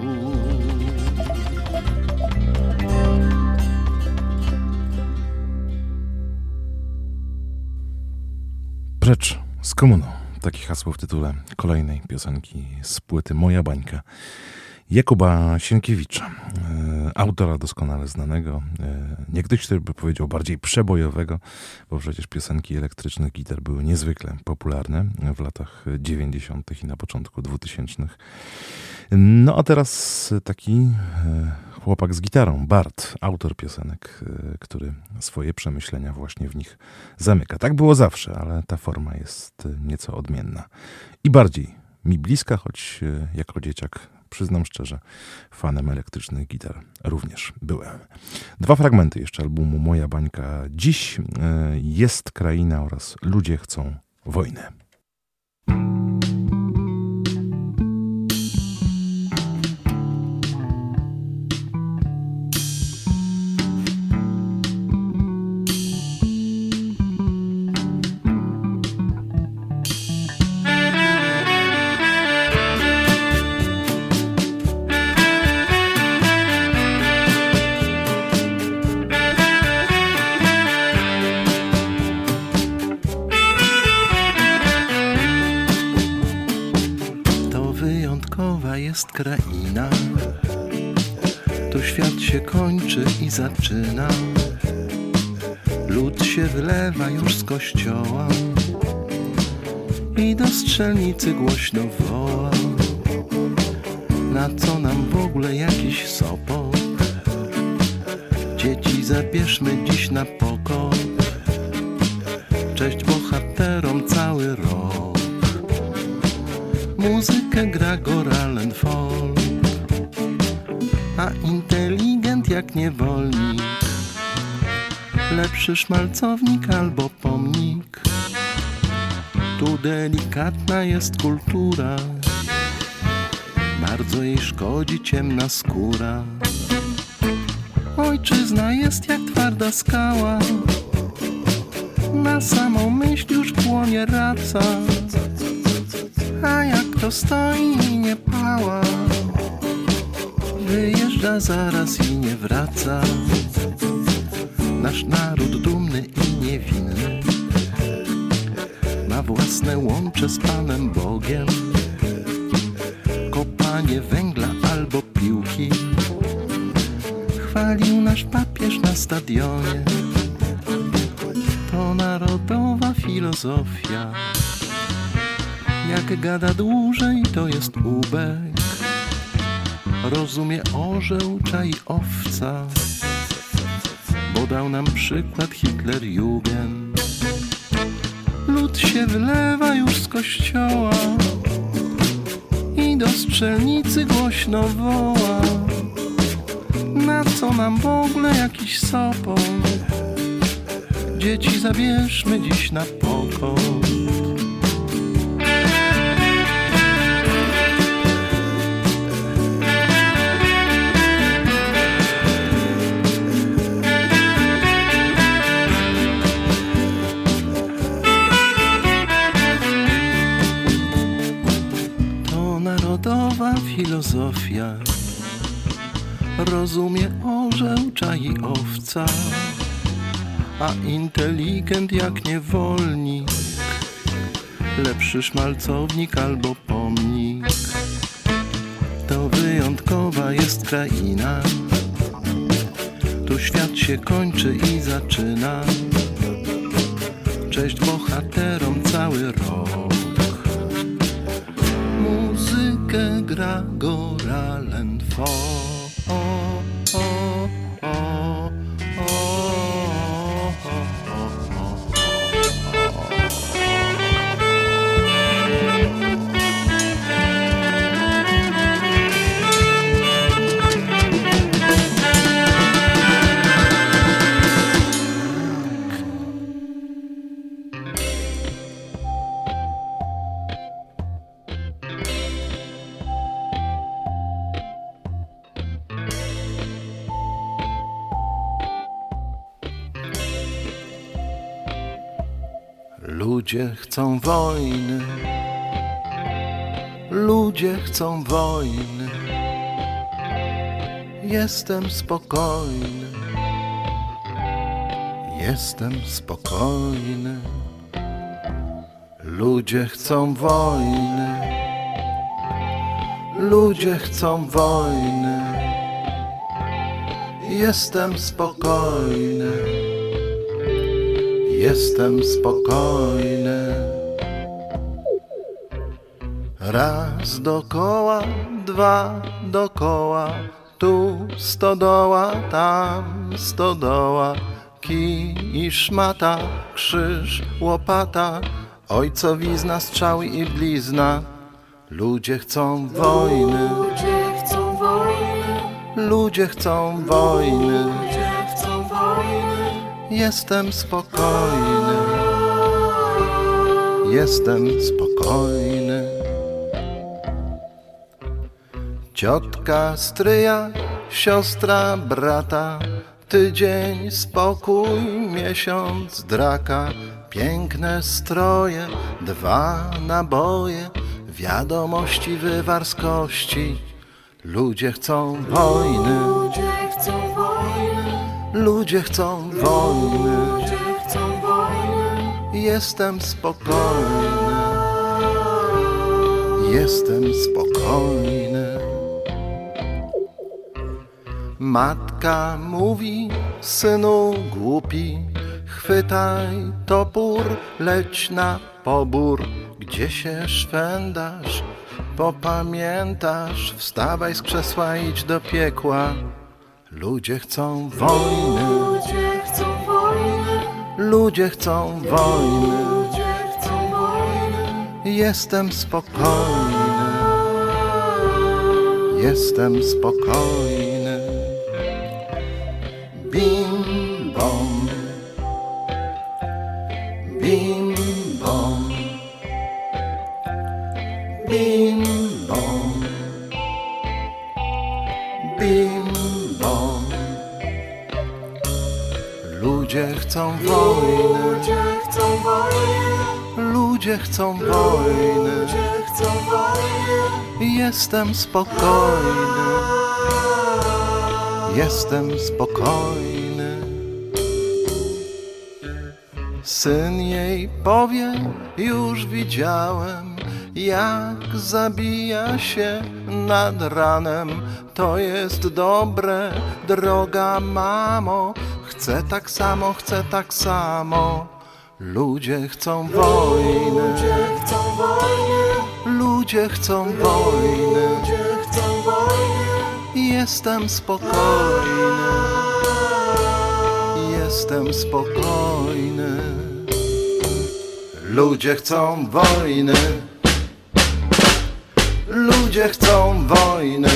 Precz z komuną. Takie hasło w tytule kolejnej piosenki z płyty Moja Bańka Jakuba Sienkiewicza, autora doskonale znanego, niegdyś by powiedział bardziej przebojowego, bo przecież piosenki elektrycznych gitar były niezwykle popularne w latach dziewięćdziesiątych i na początku dwutysięcznych. No a teraz taki chłopak z gitarą, Bart, autor piosenek, który swoje przemyślenia właśnie w nich zamyka. Tak było zawsze, ale ta forma jest nieco odmienna i bardziej mi bliska, choć jako dzieciak, przyznam szczerze, fanem elektrycznych gitar również byłem. Dwa fragmenty jeszcze albumu Moja Bańka. Dziś jest kraina oraz ludzie chcą wojnę. Jest kraina, tu świat się kończy i zaczyna. Lud się wylewa już z kościoła i do strzelnicy głośno woła. Na co nam w ogóle jakiś Sopot? Dzieci zabierzmy dziś na pokój. Cześć bohaterom cały rok. Muzykę gra Goralen folk, a inteligent jak niewolnik, lepszy szmalcownik albo pomnik. Tu delikatna jest kultura, bardzo jej szkodzi ciemna skóra. Ojczyzna jest jak twarda skała, na samą myśl już płonie raca. A jak to stoi i nie pała, wyjeżdża zaraz i nie wraca. Nasz naród dumny i niewinny ma własne łącze z Panem Bogiem. Kopanie węgla albo piłki chwalił nasz papież na stadionie. To narodowa filozofia. Jak gada dłużej, to jest ubek. Rozumie orzeł, czai owca, bo dał nam przykład Hitlerjugend. Lud się wylewa już z kościoła i do strzelnicy głośno woła. Na co nam w ogóle jakiś Sopot? Dzieci zabierzmy dziś na pokój. Filozofia rozumie orzeł, czai owca, a inteligent jak niewolnik, lepszy szmalcownik albo pomnik. To wyjątkowa jest kraina, tu świat się kończy i zaczyna. Cześć bohaterom cały rok, muzykę gra Goralen Fock. Ludzie chcą wojny, ludzie chcą wojny. Jestem spokojny, jestem spokojny. Ludzie chcą wojny, ludzie chcą wojny. Jestem spokojny, jestem spokojny. Raz dokoła, dwa dokoła, tu stodoła, tam stodoła, kij i szmata, krzyż, łopata, ojcowizna, strzały i blizna. Ludzie chcą wojny, Ludzie chcą wojny, ludzie chcą wojny. ludzie chcą wojny. Jestem spokojny, jestem spokojny. Ciotka, stryja, siostra, brata, tydzień spokój, miesiąc draka. Piękne stroje, dwa naboje, wiadomości, wywar z kości. Ludzie chcą wojny, Ludzie chcą wojny, ludzie chcą wojny. ludzie chcą wojny. Jestem spokojny, jestem spokojny. Matka mówi, synu głupi, chwytaj topór, leć na pobór. Gdzie się szwędasz, popamiętasz, wstawaj z krzesła, idź do piekła. Ludzie chcą wojny, Ludzie chcą wojny, ludzie chcą wojny. ludzie chcą wojny. Jestem spokojny, jestem spokojny. Bim bom, bim bom, bim bom, bim bom. Ludzie chcą wojny, Ludzie chcą wojny, ludzie chcą wojny. ludzie chcą wojny. Jestem spokojny, jestem spokojny. Syn jej powie, już widziałem, jak zabija się nad ranem. To jest dobre, droga mamo, chcę tak samo, chcę tak samo. Ludzie chcą wojny, Ludzie chcą wojny, ludzie chcą wojny. ludzie chcą wojny. Jestem spokojny, jestem spokojny. Ludzie chcą wojny, ludzie chcą wojny.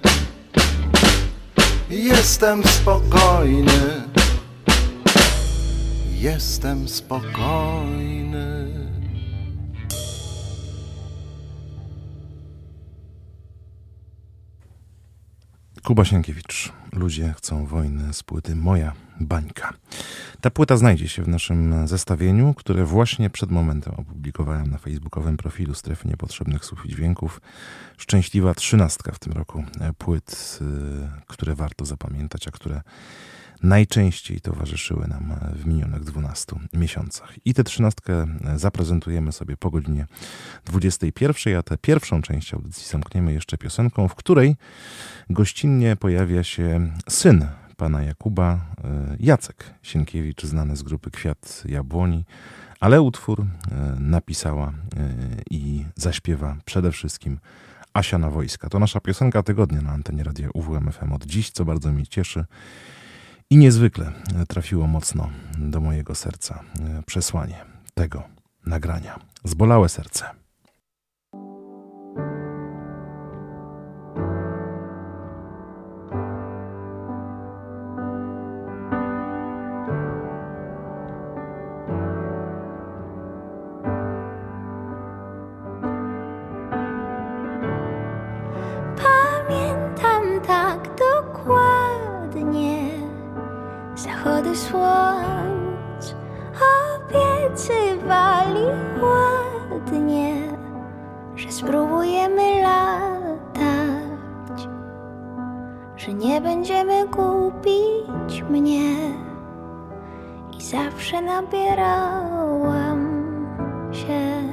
Jestem spokojny, jestem spokojny. Kuba Sienkiewicz. Ludzie chcą wojny z płyty Moja Bańka. Ta płyta znajdzie się w naszym zestawieniu, które właśnie przed momentem opublikowałem na facebookowym profilu Strefy Niepotrzebnych Słów i Dźwięków. Szczęśliwa trzynastka w tym roku płyt, które warto zapamiętać, a które najczęściej towarzyszyły nam w minionych dwunastu miesiącach. I tę trzynastkę zaprezentujemy sobie po godzinie dwudziestej pierwszej, a tę pierwszą część audycji zamkniemy jeszcze piosenką, w której gościnnie pojawia się syn pana Jakuba, Jacek Sienkiewicz, znany z grupy Kwiat Jabłoni, ale utwór napisała i zaśpiewa przede wszystkim Asia Nawojska. To nasza piosenka tygodnia na antenie radia U W M F M od dziś, co bardzo mnie cieszy i niezwykle trafiło mocno do mojego serca przesłanie tego nagrania. Zbolałe serce. Zachody słońc obiecywali ładnie, że spróbujemy latać, że nie będziemy gubić mnie. I zawsze nabierałam się.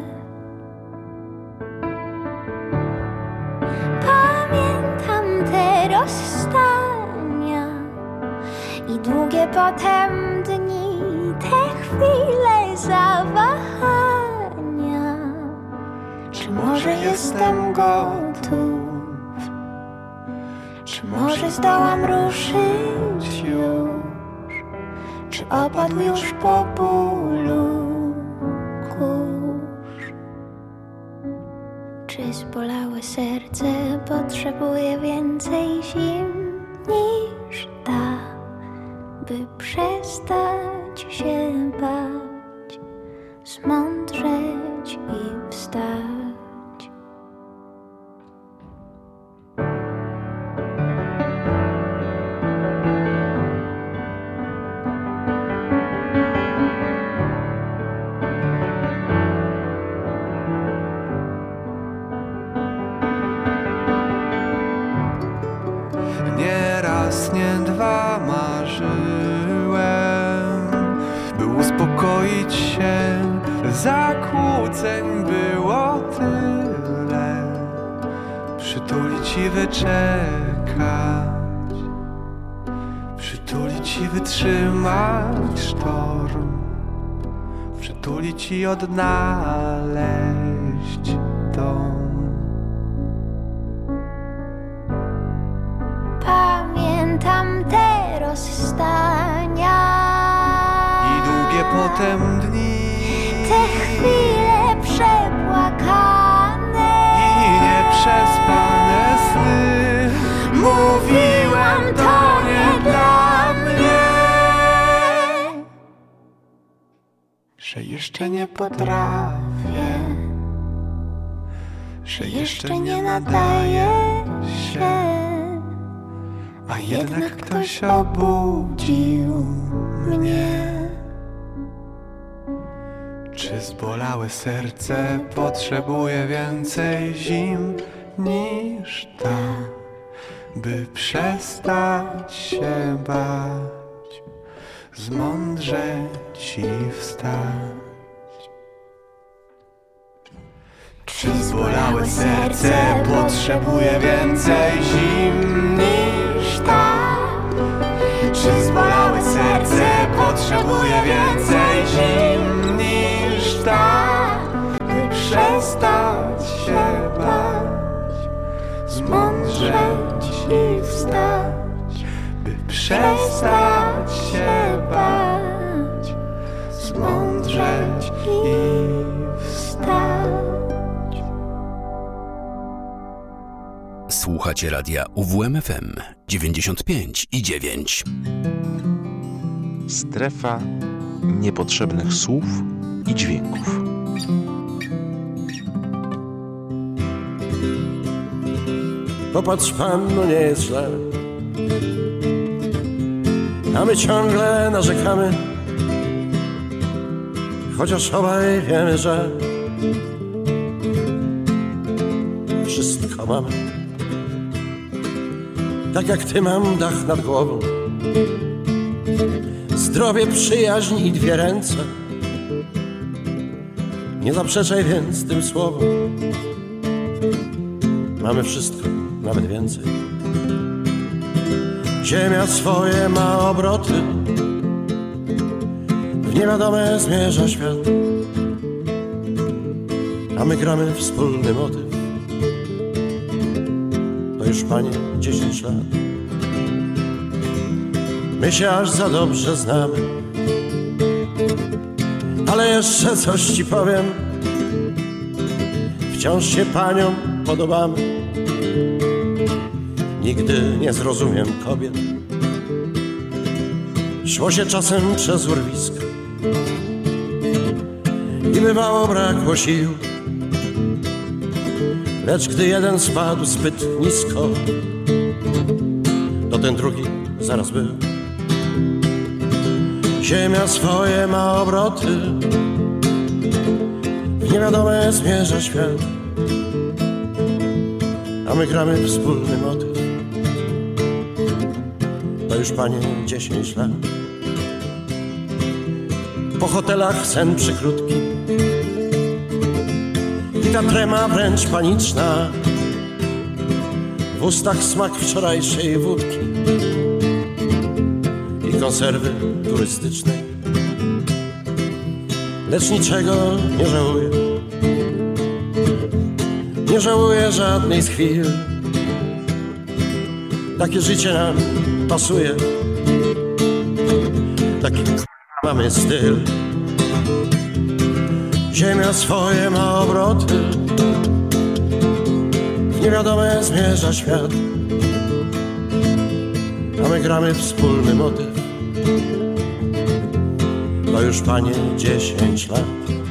Pamiętam te rozstania i długie potem dni, te chwile zawahania. Czy może jestem gotów? Czy może zdołam ruszyć już? Czy opadł już po bólu kurz? Czy zbolałe serce potrzebuje więcej zim niż ta, by przestać się bać, zmądrzeć i wstać? Nie raz, nie dwa marzyłem, by uspokoić się. Zakłóceń było tyle, przytulić i wyczekać, przytulić i wytrzymać sztorm, przytulić i odnaleźć dom. Pamiętam te rozstania i długie potem dni, te chwile przepłakane i nieprzespane sny. Mówiłam, to nie dla mnie, że jeszcze nie potrafię, że jeszcze nie nadaje się. A jednak ktoś obudził mnie. Czy zbolałe serce potrzebuje więcej zim niż ta, by przestać się bać, zmądrzeć i wstać? Czy zbolałe serce potrzebuje więcej zim niż ta? Czy zbolałe serce potrzebuje więcej zim niż ta, by przestać się bać, zmądrzeć i wstać, by przestać się bać, zmądrzeć i wstać. Słuchacie radia U W M F M dziewięćdziesiąt pięć i dziewięć. Strefa niepotrzebnych słów i dźwięków. Popatrz pan, no nie jest źle, a my ciągle narzekamy, chociaż obaj wiemy, że wszystko mamy. Tak jak ty mam dach nad głową, zdrowie, przyjaźń i dwie ręce. Nie zaprzeczaj więc tym słowom. Mamy wszystko, nawet więcej. Ziemia swoje ma obroty, w niewiadome zmierza świat, a my gramy wspólny motyw. To już, Panie, dziesięć lat. My się aż za dobrze znamy, ale jeszcze coś Ci powiem. Wciąż się Paniom podobamy. Nigdy nie zrozumiem kobiet. Szło się czasem przez urwisko i bywało brakło sił, lecz gdy jeden spadł zbyt nisko, to ten drugi zaraz był. Ziemia swoje ma obroty, w niewiadome zmierza świat, a my gramy wspólny motyw. To już, Panie, dziesięć lat. Po hotelach sen przykrótki i ta trema wręcz paniczna, w ustach smak wczorajszej wódki i konserwy turystycznej. Lecz niczego nie żałuję, nie żałuję żadnej z chwil. Takie życie nam pasuje, taki mamy styl. Ziemia swoje ma obroty, w niewiadome zmierza świat, a my gramy wspólny motyw. To już, Panie, dziesięć lat.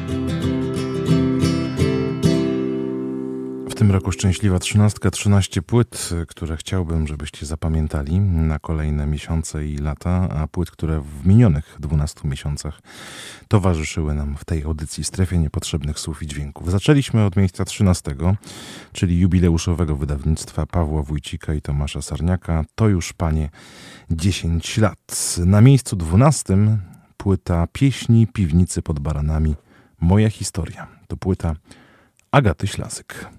W tym roku szczęśliwa trzynastka, trzynaście płyt, które chciałbym, żebyście zapamiętali na kolejne miesiące i lata, a płyt, które w minionych dwunastu miesiącach towarzyszyły nam w tej audycji Strefie Niepotrzebnych Słów i Dźwięków. Zaczęliśmy od miejsca trzynastego, czyli jubileuszowego wydawnictwa Pawła Wójcika i Tomasza Sarniaka. To już, Panie, dziesięć lat. Na miejscu dwunastym płyta Pieśni Piwnicy pod Baranami. Moja historia. To płyta Agaty Ślasyk.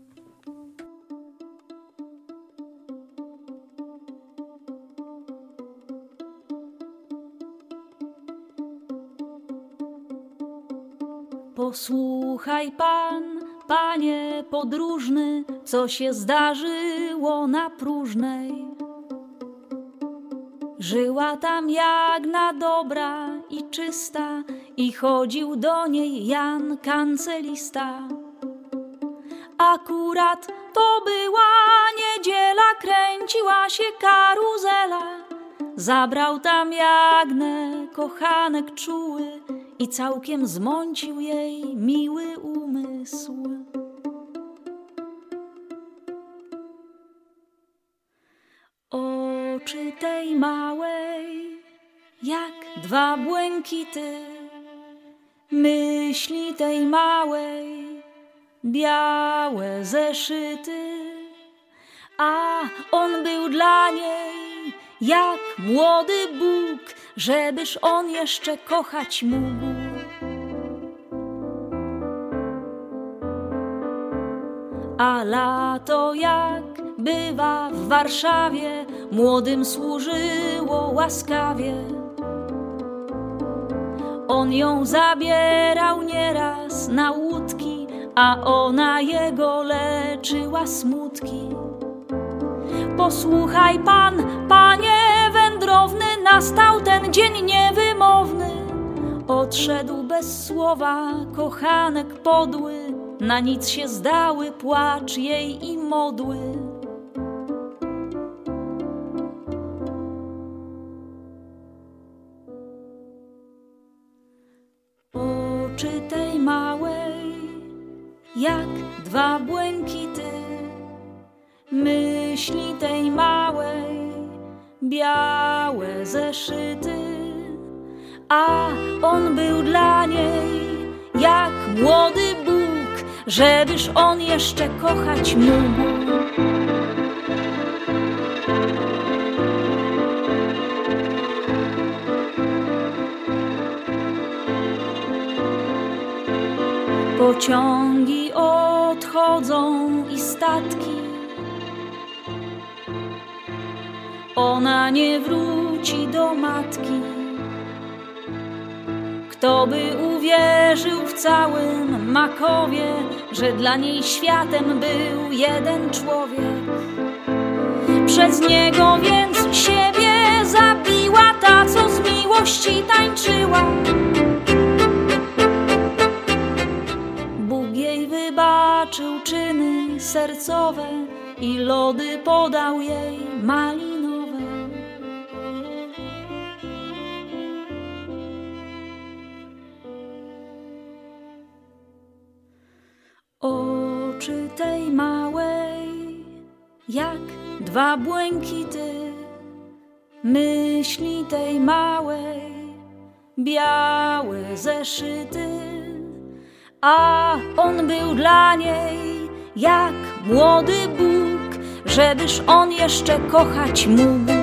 Posłuchaj pan, panie podróżny, co się zdarzyło na Próżnej. Żyła tam Jagna dobra i czysta i chodził do niej Jan kancelista. Akurat to była niedziela, kręciła się karuzela. Zabrał tam Jagnę kochanek czuły i całkiem zmącił jej miły umysł. Oczy tej małej, jak dwa błękity, myśli tej małej, białe zeszyty, a on był dla niej jak młody Bóg, żebyż on jeszcze kochać mógł. A lato, jak bywa w Warszawie, młodym służyło łaskawie. On ją zabierał nieraz na łódki, a ona jego leczyła smutki. Posłuchaj pan, panie wędrowny, nastał ten dzień niewymowny. Odszedł bez słowa kochanek podły, na nic się zdały płacz jej i modły. Oczy tej małej, jak dwa błękity, myśli tej małej, białe zeszyty, a on był dla niej jak młody Bóg, żebyż on jeszcze kochać mógł. Pociągi odchodzą i statki. Ona nie wróci do matki. Kto by uwierzył w całym Makowie, że dla niej światem był jeden człowiek. Przez niego więc siebie zabiła ta, co z miłości tańczyła. Bóg jej wybaczył czyny sercowe i lody podał jej malinowe. Oczy tej małej, jak dwa błękity, myśli tej małej, białe zeszyty, a on był dla niej jak młody Bóg, żebyż on jeszcze kochać mógł.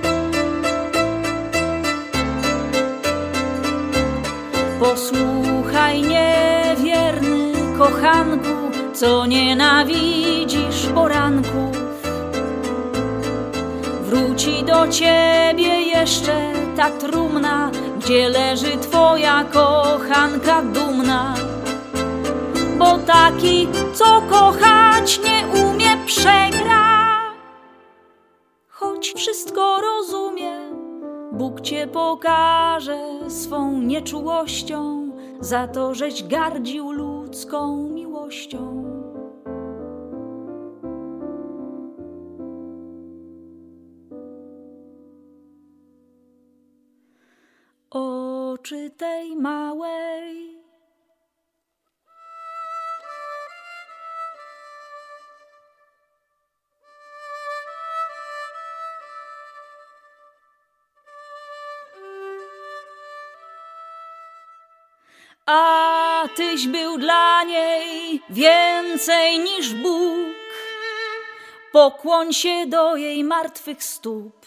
Posłuchaj, niewierny kochanku, co nienawidzisz poranków. Wróci do ciebie jeszcze ta trumna, gdzie leży twoja kochanka dumna. Bo taki, co kochać nie umie, przegra. Choć wszystko rozumie, Bóg cię pokaże swą nieczułością za to, żeś gardził ludzką miłością. Oczy tej małej, a tyś był dla niej więcej niż Bóg. Pokłoń się do jej martwych stóp.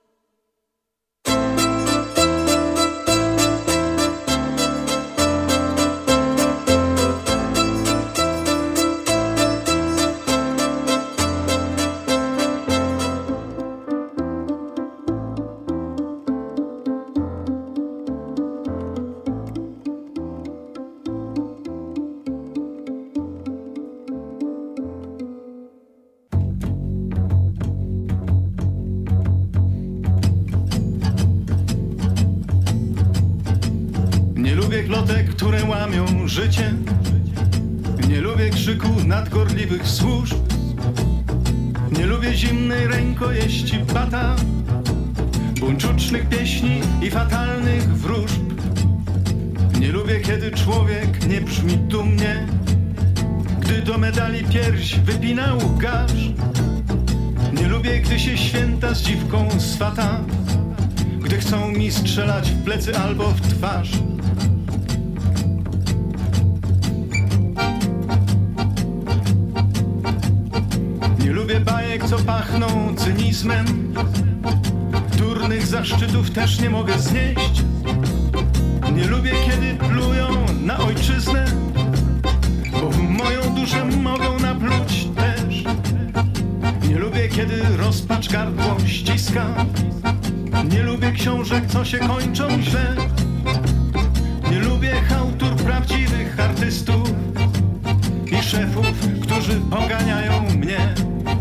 Plotek, które łamią życie. Nie lubię krzyku nadgorliwych służb. Nie lubię zimnej rękojeści bata, buńczucznych pieśni i fatalnych wróżb. Nie lubię, kiedy człowiek nie brzmi dumnie, gdy do medali pierś wypinał garz. Nie lubię, gdy się święta z dziwką swata, gdy chcą mi strzelać w plecy albo w twarz. Nie lubię bajek, co pachną cynizmem. Durnych zaszczytów też nie mogę znieść. Nie lubię, kiedy plują na ojczyznę, bo w moją duszę mogą napluć też. Nie lubię, kiedy rozpacz gardło ściska. Nie lubię książek, co się kończą źle. Nie lubię chałtur prawdziwych artystów i szefów, którzy poganiają mnie.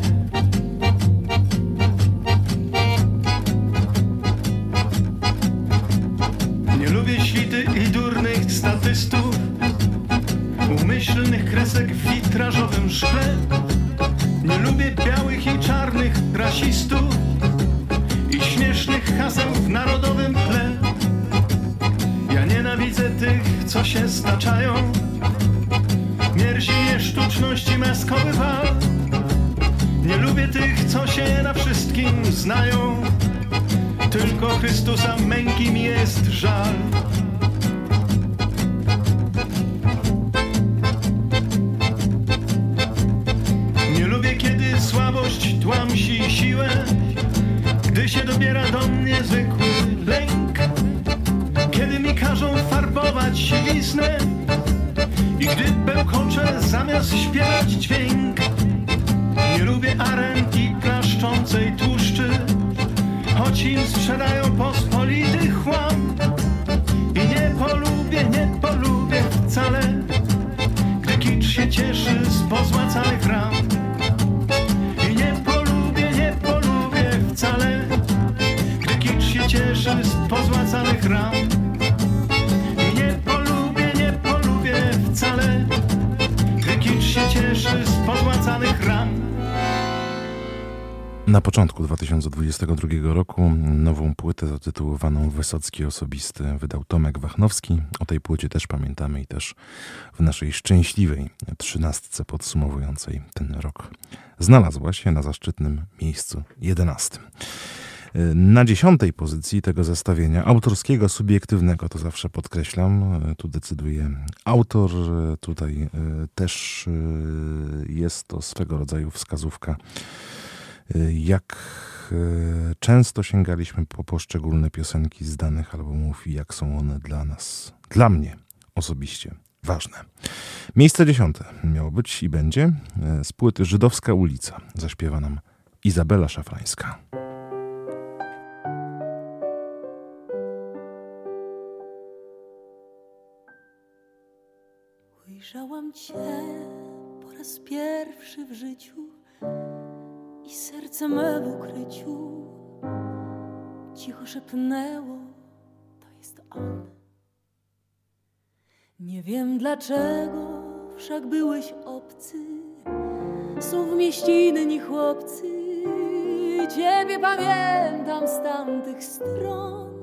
Nie lubię świty i durnych statystów, umyślnych kresek w witrażowym szkle. Nie lubię białych i czarnych rasistów i śmiesznych haseł w narodowym tle. Ja nienawidzę tych, co się staczają. Mierzi mnie sztuczność i maskowy wal. Nie lubię tych, co się na wszystkim znają. Tylko Chrystusa męki mi jest żal. Nie lubię, kiedy słabość tłamsi siłę, gdy się dobiera do mnie zwykły lęk, kiedy mi każą farbować siwiznę I gdy bełkocze zamiast śpiewać dźwięk, nie lubię aren i klaszczącej tłuszczy, choć im sprzedają pospolity chłam. I nie polubię, nie polubię wcale, gdy kicz się cieszy z pozłacanych ram. I nie polubię, nie polubię wcale, gdy kicz się cieszy z pozłacanych ram. I nie polubię, nie polubię wcale, gdy kicz się cieszy z pozłacanych ram. Na początku dwa tysiące dwudziestego drugiego roku nową płytę zatytułowaną Wysocki Osobisty wydał Tomek Wachnowski. O tej płycie też pamiętamy i też w naszej szczęśliwej trzynastce podsumowującej ten rok znalazła się na zaszczytnym miejscu jedenastym. Na dziesiątej pozycji tego zestawienia, autorskiego, subiektywnego, to zawsze podkreślam, tu decyduje autor, tutaj też jest to swego rodzaju wskazówka, jak często sięgaliśmy po poszczególne piosenki z danych albumów i jak są one dla nas, dla mnie osobiście ważne. Miejsce dziesiąte miało być i będzie. Z płyty Żydowska ulica zaśpiewa nam Izabela Szafrańska. Ujrzałam cię po raz pierwszy w życiu i serce me w ukryciu cicho szepnęło, to jest on. Nie wiem dlaczego, wszak byłeś obcy, są w mieście inni chłopcy. Ciebie pamiętam z tamtych stron.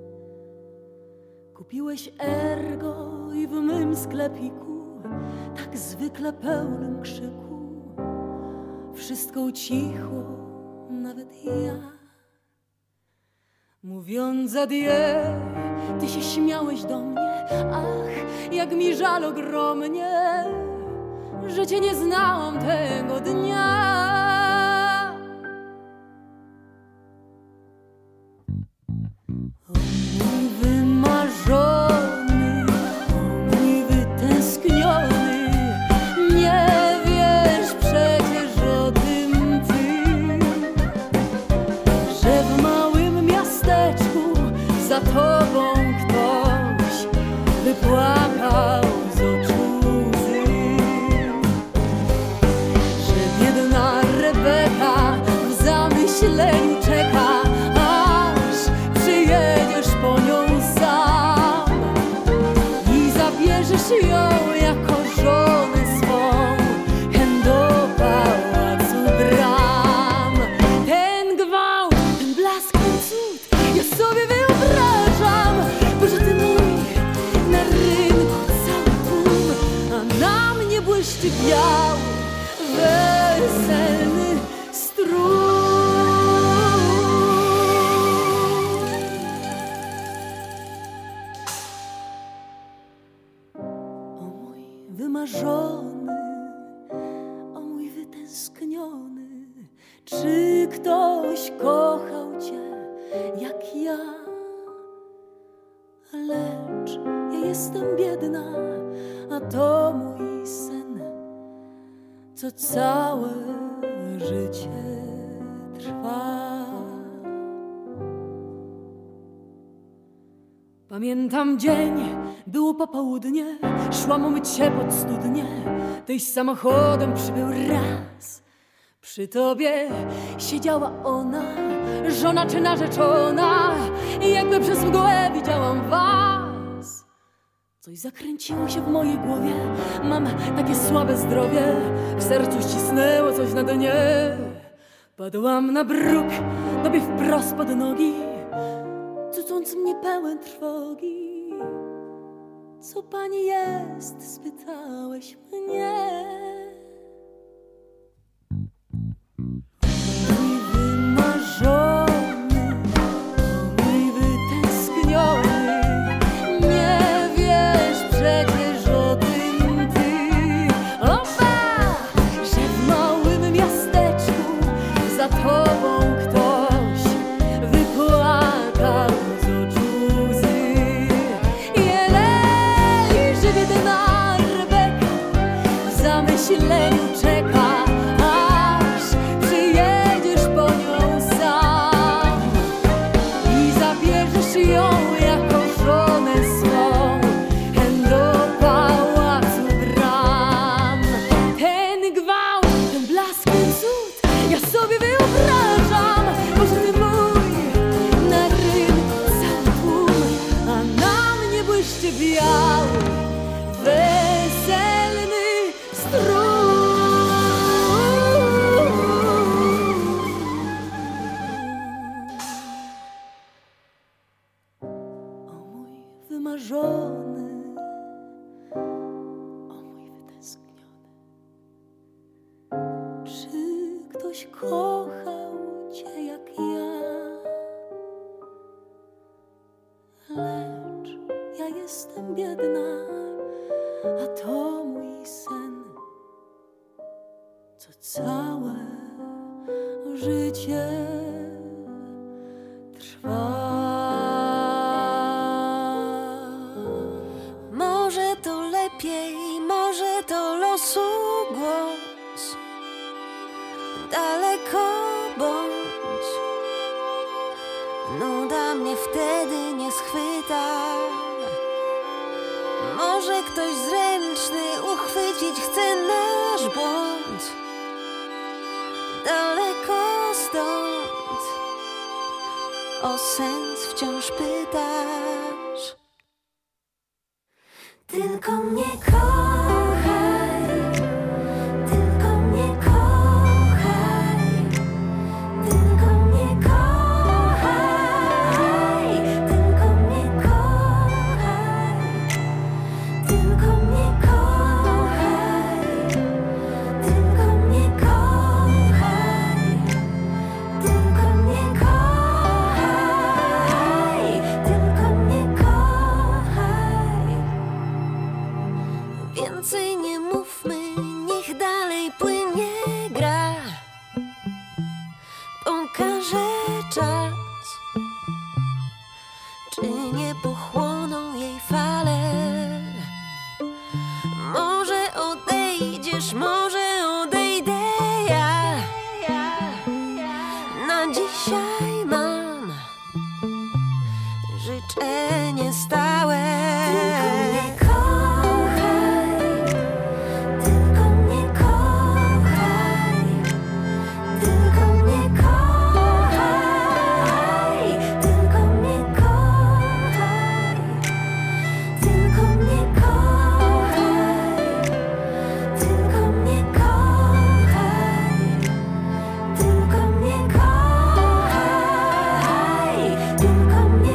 Kupiłeś ergo i w mym sklepiku, tak zwykle pełnym krzyku, wszystko ucichło, nawet ja. Mówiąc adieu, ty się śmiałeś do mnie. Ach, jak mi żal ogromnie, że cię nie znałam tego dnia. O mój wymarzony, o mój wytęskniony, nie wiesz przecież o tym ty, że w małym miasteczku za tobą ktoś wypłakał z oczu łzy, że biedna Rebeka w zamyśleniu czeka, aż przyjedziesz po nią sam i zabierzesz ją jako żonę swą hen do pałacu bram. Ten gwałt, ten blask, ten cud, ja sobie wyobrażam, bo że ty mój na rynku cały tłum, a na mnie błyszczy biały, weselny strój. O mój wymarzony, o mój wytęskniony, czy ktoś kochał cię jak ja? Lecz ja jestem biedna, a to mój sen, co całe życie trwa. Pamiętam dzień, było popołudnie, szłam umyć się pod studnię, tyś samochodem przybył raz. Przy tobie siedziała ona, żona czy narzeczona, i jakby przez mgłę widziałam was. Coś zakręciło się w mojej głowie, mam takie słabe zdrowie, w sercu ścisnęło coś na dnie. Padłam na bruk, tobie wprost pod nogi, cucąc mnie pełen trwogi. Co pani jest? Spytałeś mnie. Mój wymarzony, mój wytęskniony, nie wiesz przecież o tym ty. Opa! Że w małym miasteczku za tobą ktoś wypłakał z oczu łzy. Jelej, że biedna Rebeka weselu czeka, aż przyjedziesz po nią sam i zabierzesz ją jako żonę swą hen do pałacu bram. Ten gwałt, ten blask, ten cud, ja sobie wyobrażam, może ty mój na rynku cały tłum, a na mnie błyszczy biały weselny strój. O mój wymarzony, o mój wytęskniony, czy ktoś kochał cię jak ja? Lecz ja jestem biedna, a to mój sen, co całe życie trwa. Może to lepiej, może to losu głos, daleko bądź, nuda mnie wtedy nie schwyta. Może ktoś zręczny uchwycić chce nasz błąd, daleko stąd o sens wciąż pytasz. Tylko mnie kochaj, tylko mnie kochaj, tylko mnie kochaj, tylko mnie kochaj, tylko mnie kochaj, tylko mnie kochaj, tylko mnie kochaj, tylko mnie kochaj. Więcej nie mówmy, niech dalej płynie gra, pokaże czas, czy nie pochłoną jej fale. Może odejdziesz, może odejdę ja. Na dzisiaj mam życzenie stałe. Tylko mnie kochaj, tylko mnie kochaj, tylko mnie kochaj, tylko mnie kochaj, tylko mnie kochaj, tylko mnie kochaj, tylko mnie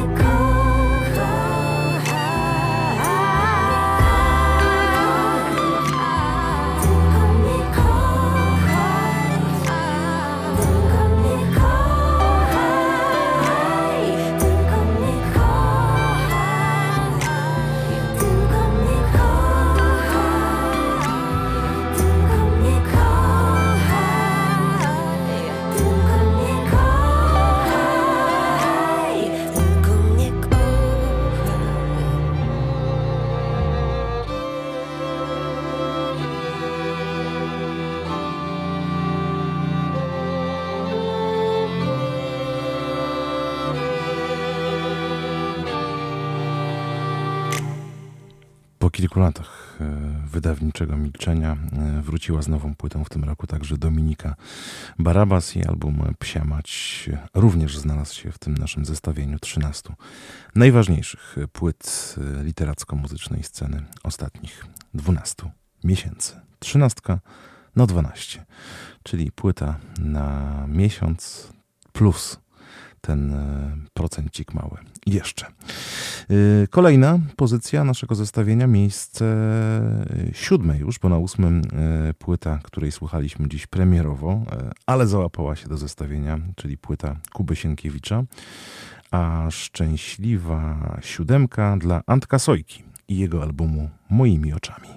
Po kilku latach wydawniczego milczenia wróciła z nową płytą w tym roku także Dominika Barabas i album Psia Mać również znalazł się w tym naszym zestawieniu trzynastu najważniejszych płyt literacko-muzycznej sceny ostatnich dwunastu miesięcy. Trzynastka na dwanaście, czyli płyta na miesiąc plus ten procencik mały. Jeszcze. Kolejna pozycja naszego zestawienia, miejsce siódme już, bo na ósmym płyta, której słuchaliśmy dziś premierowo, ale załapała się do zestawienia, czyli płyta Kuby Sienkiewicza, a szczęśliwa siódemka dla Antka Sojki i jego albumu Moimi oczami.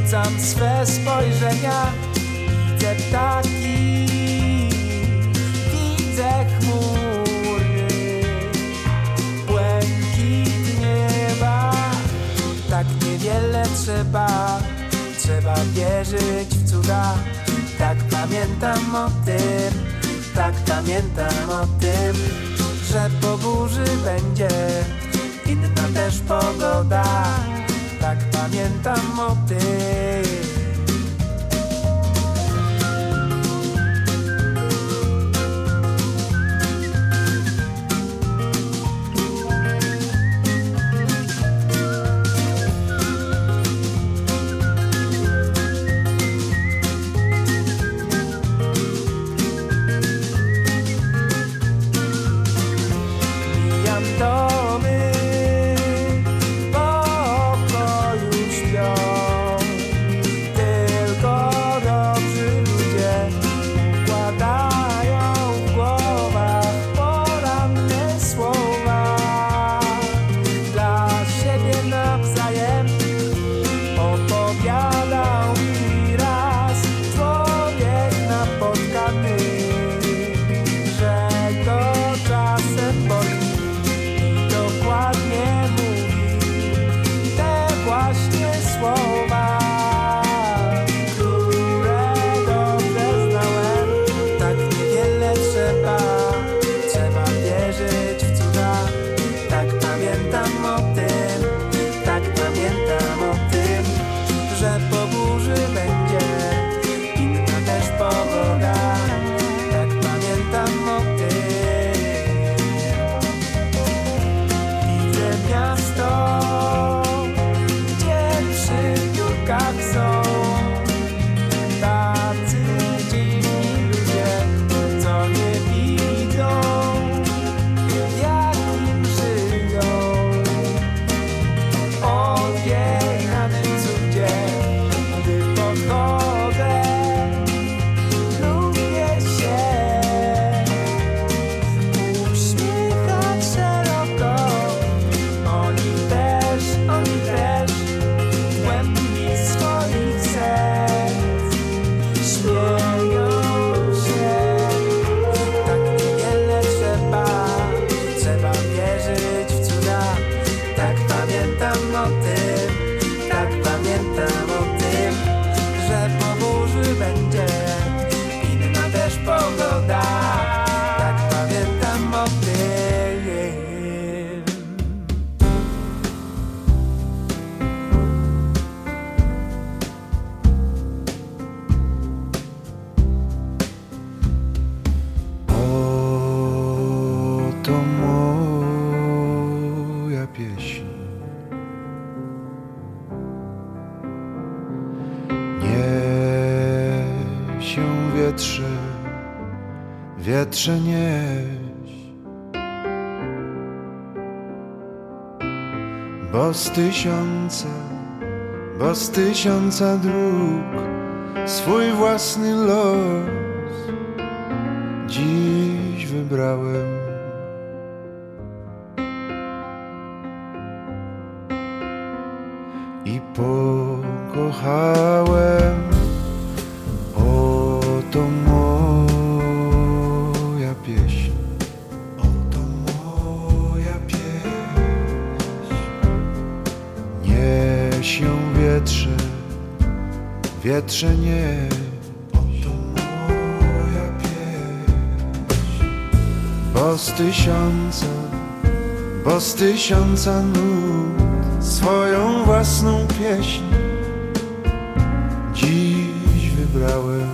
Rzucam swe spojrzenia, widzę ptaki, widzę chmury, błękit nieba. Tak niewiele trzeba, trzeba wierzyć w cuda. Tak pamiętam o tym, tak pamiętam o tym, że po burzy będzie inna też pogoda. Tak pamiętam o tym. Wietrze nieś, bo z tysiąca, bo z tysiąca dróg swój własny los dziś wybrałem. I pokochałem, oto moja pieśń, oto moja pieśń. Nieś ją wietrze, wietrze nieś, oto moja pieśń. Bo z tysiąca, bo z tysiąca nut swoją własną pieśń dziś wybrałem.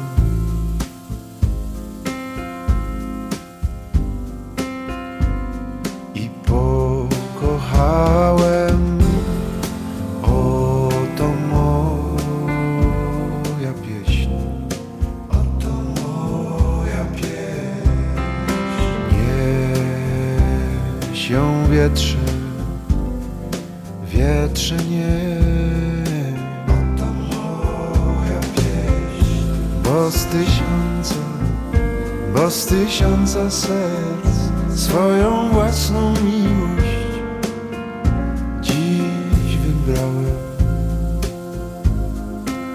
I pokochałem, oto moja pieśń, oto moja pieśń. Nieś ją wietrze, wietrze nie, oto moja pieśń. Bo z tysiąca, bo z tysiąca serc swoją własną miłość dziś wybrałem.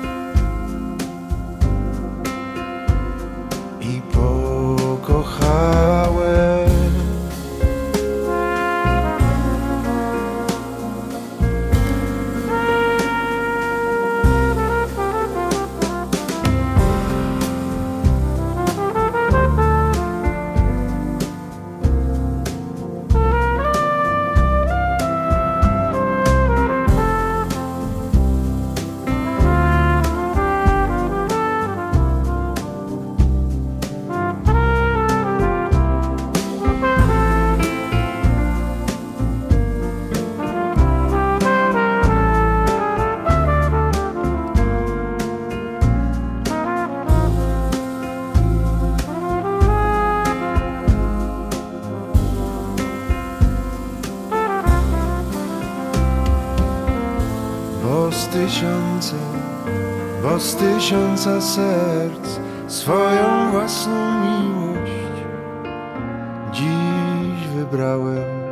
bo z tysiąca, bo z tysiąca serc swoją własną miłość dziś wybrałem.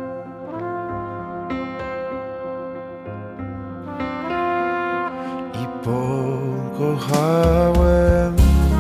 I pokochałem.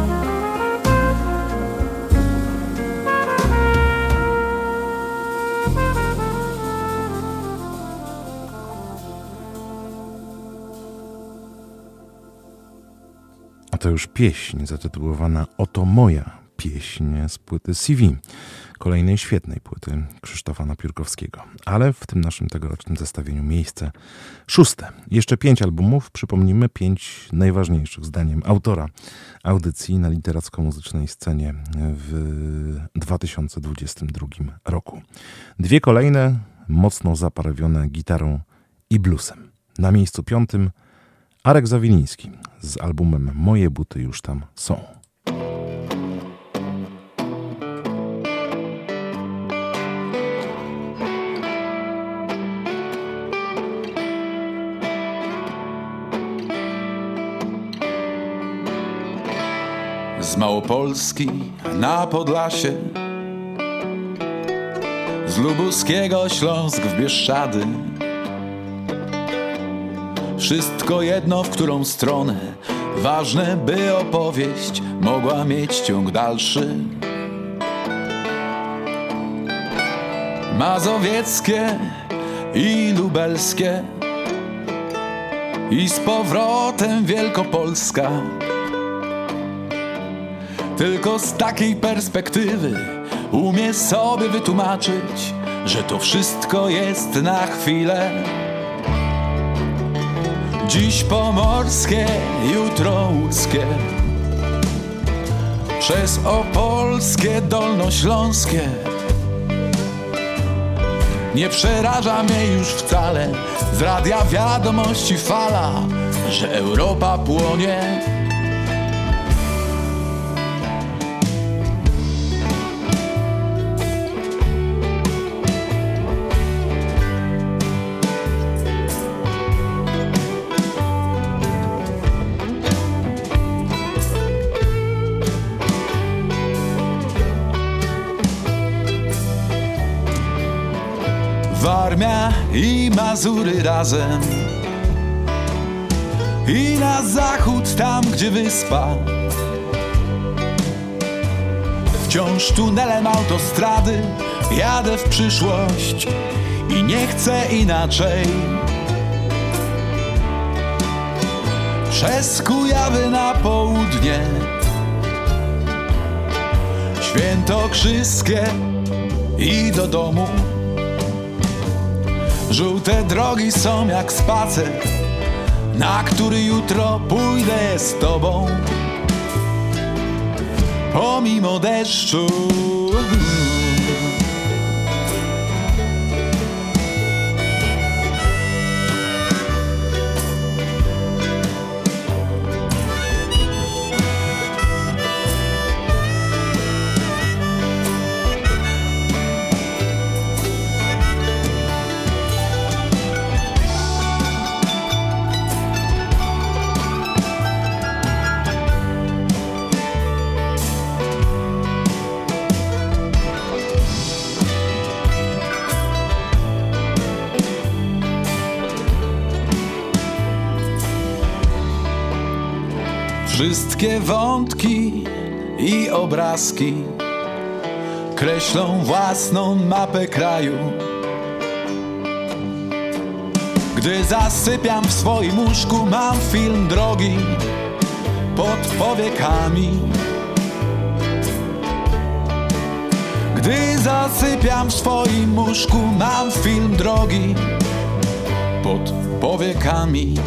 To już pieśń zatytułowana Oto moja pieśń z płyty C V, kolejnej świetnej płyty Krzysztofa Napiórkowskiego. Ale w tym naszym tegorocznym zestawieniu miejsce szóste. Jeszcze pięć albumów, przypomnijmy, pięć najważniejszych zdaniem autora audycji na literacko-muzycznej scenie w dwa tysiące dwudziestym drugim roku. Dwie kolejne, mocno zaprawione gitarą i bluesem. Na miejscu piątym Arek Zawiliński z albumem Moje buty już tam są. Z Małopolski na Podlasie, z Lubuskiego Śląsk w Bieszczady. Wszystko jedno, w którą stronę, ważne, by opowieść mogła mieć ciąg dalszy. Mazowieckie i lubelskie i z powrotem Wielkopolska. Tylko z takiej perspektywy umie sobie wytłumaczyć, że to wszystko jest na chwilę. Dziś pomorskie, jutro łódzkie, przez opolskie, dolnośląskie. Nie przeraża mnie już wcale z radia wiadomości fala, że Europa płonie. Warmia i Mazury razem, i na zachód tam, gdzie wyspa. Wciąż tunelem autostrady jadę w przyszłość i nie chcę inaczej. Przez Kujawy na południe, świętokrzyskie i do domu. Żółte drogi są jak spacer, na który jutro pójdę z tobą. Pomimo deszczu. Wszystkie wątki i obrazki kreślą własną mapę kraju. Gdy zasypiam w swoim łóżku, mam film drogi pod powiekami. Gdy zasypiam w swoim łóżku, mam film drogi pod powiekami.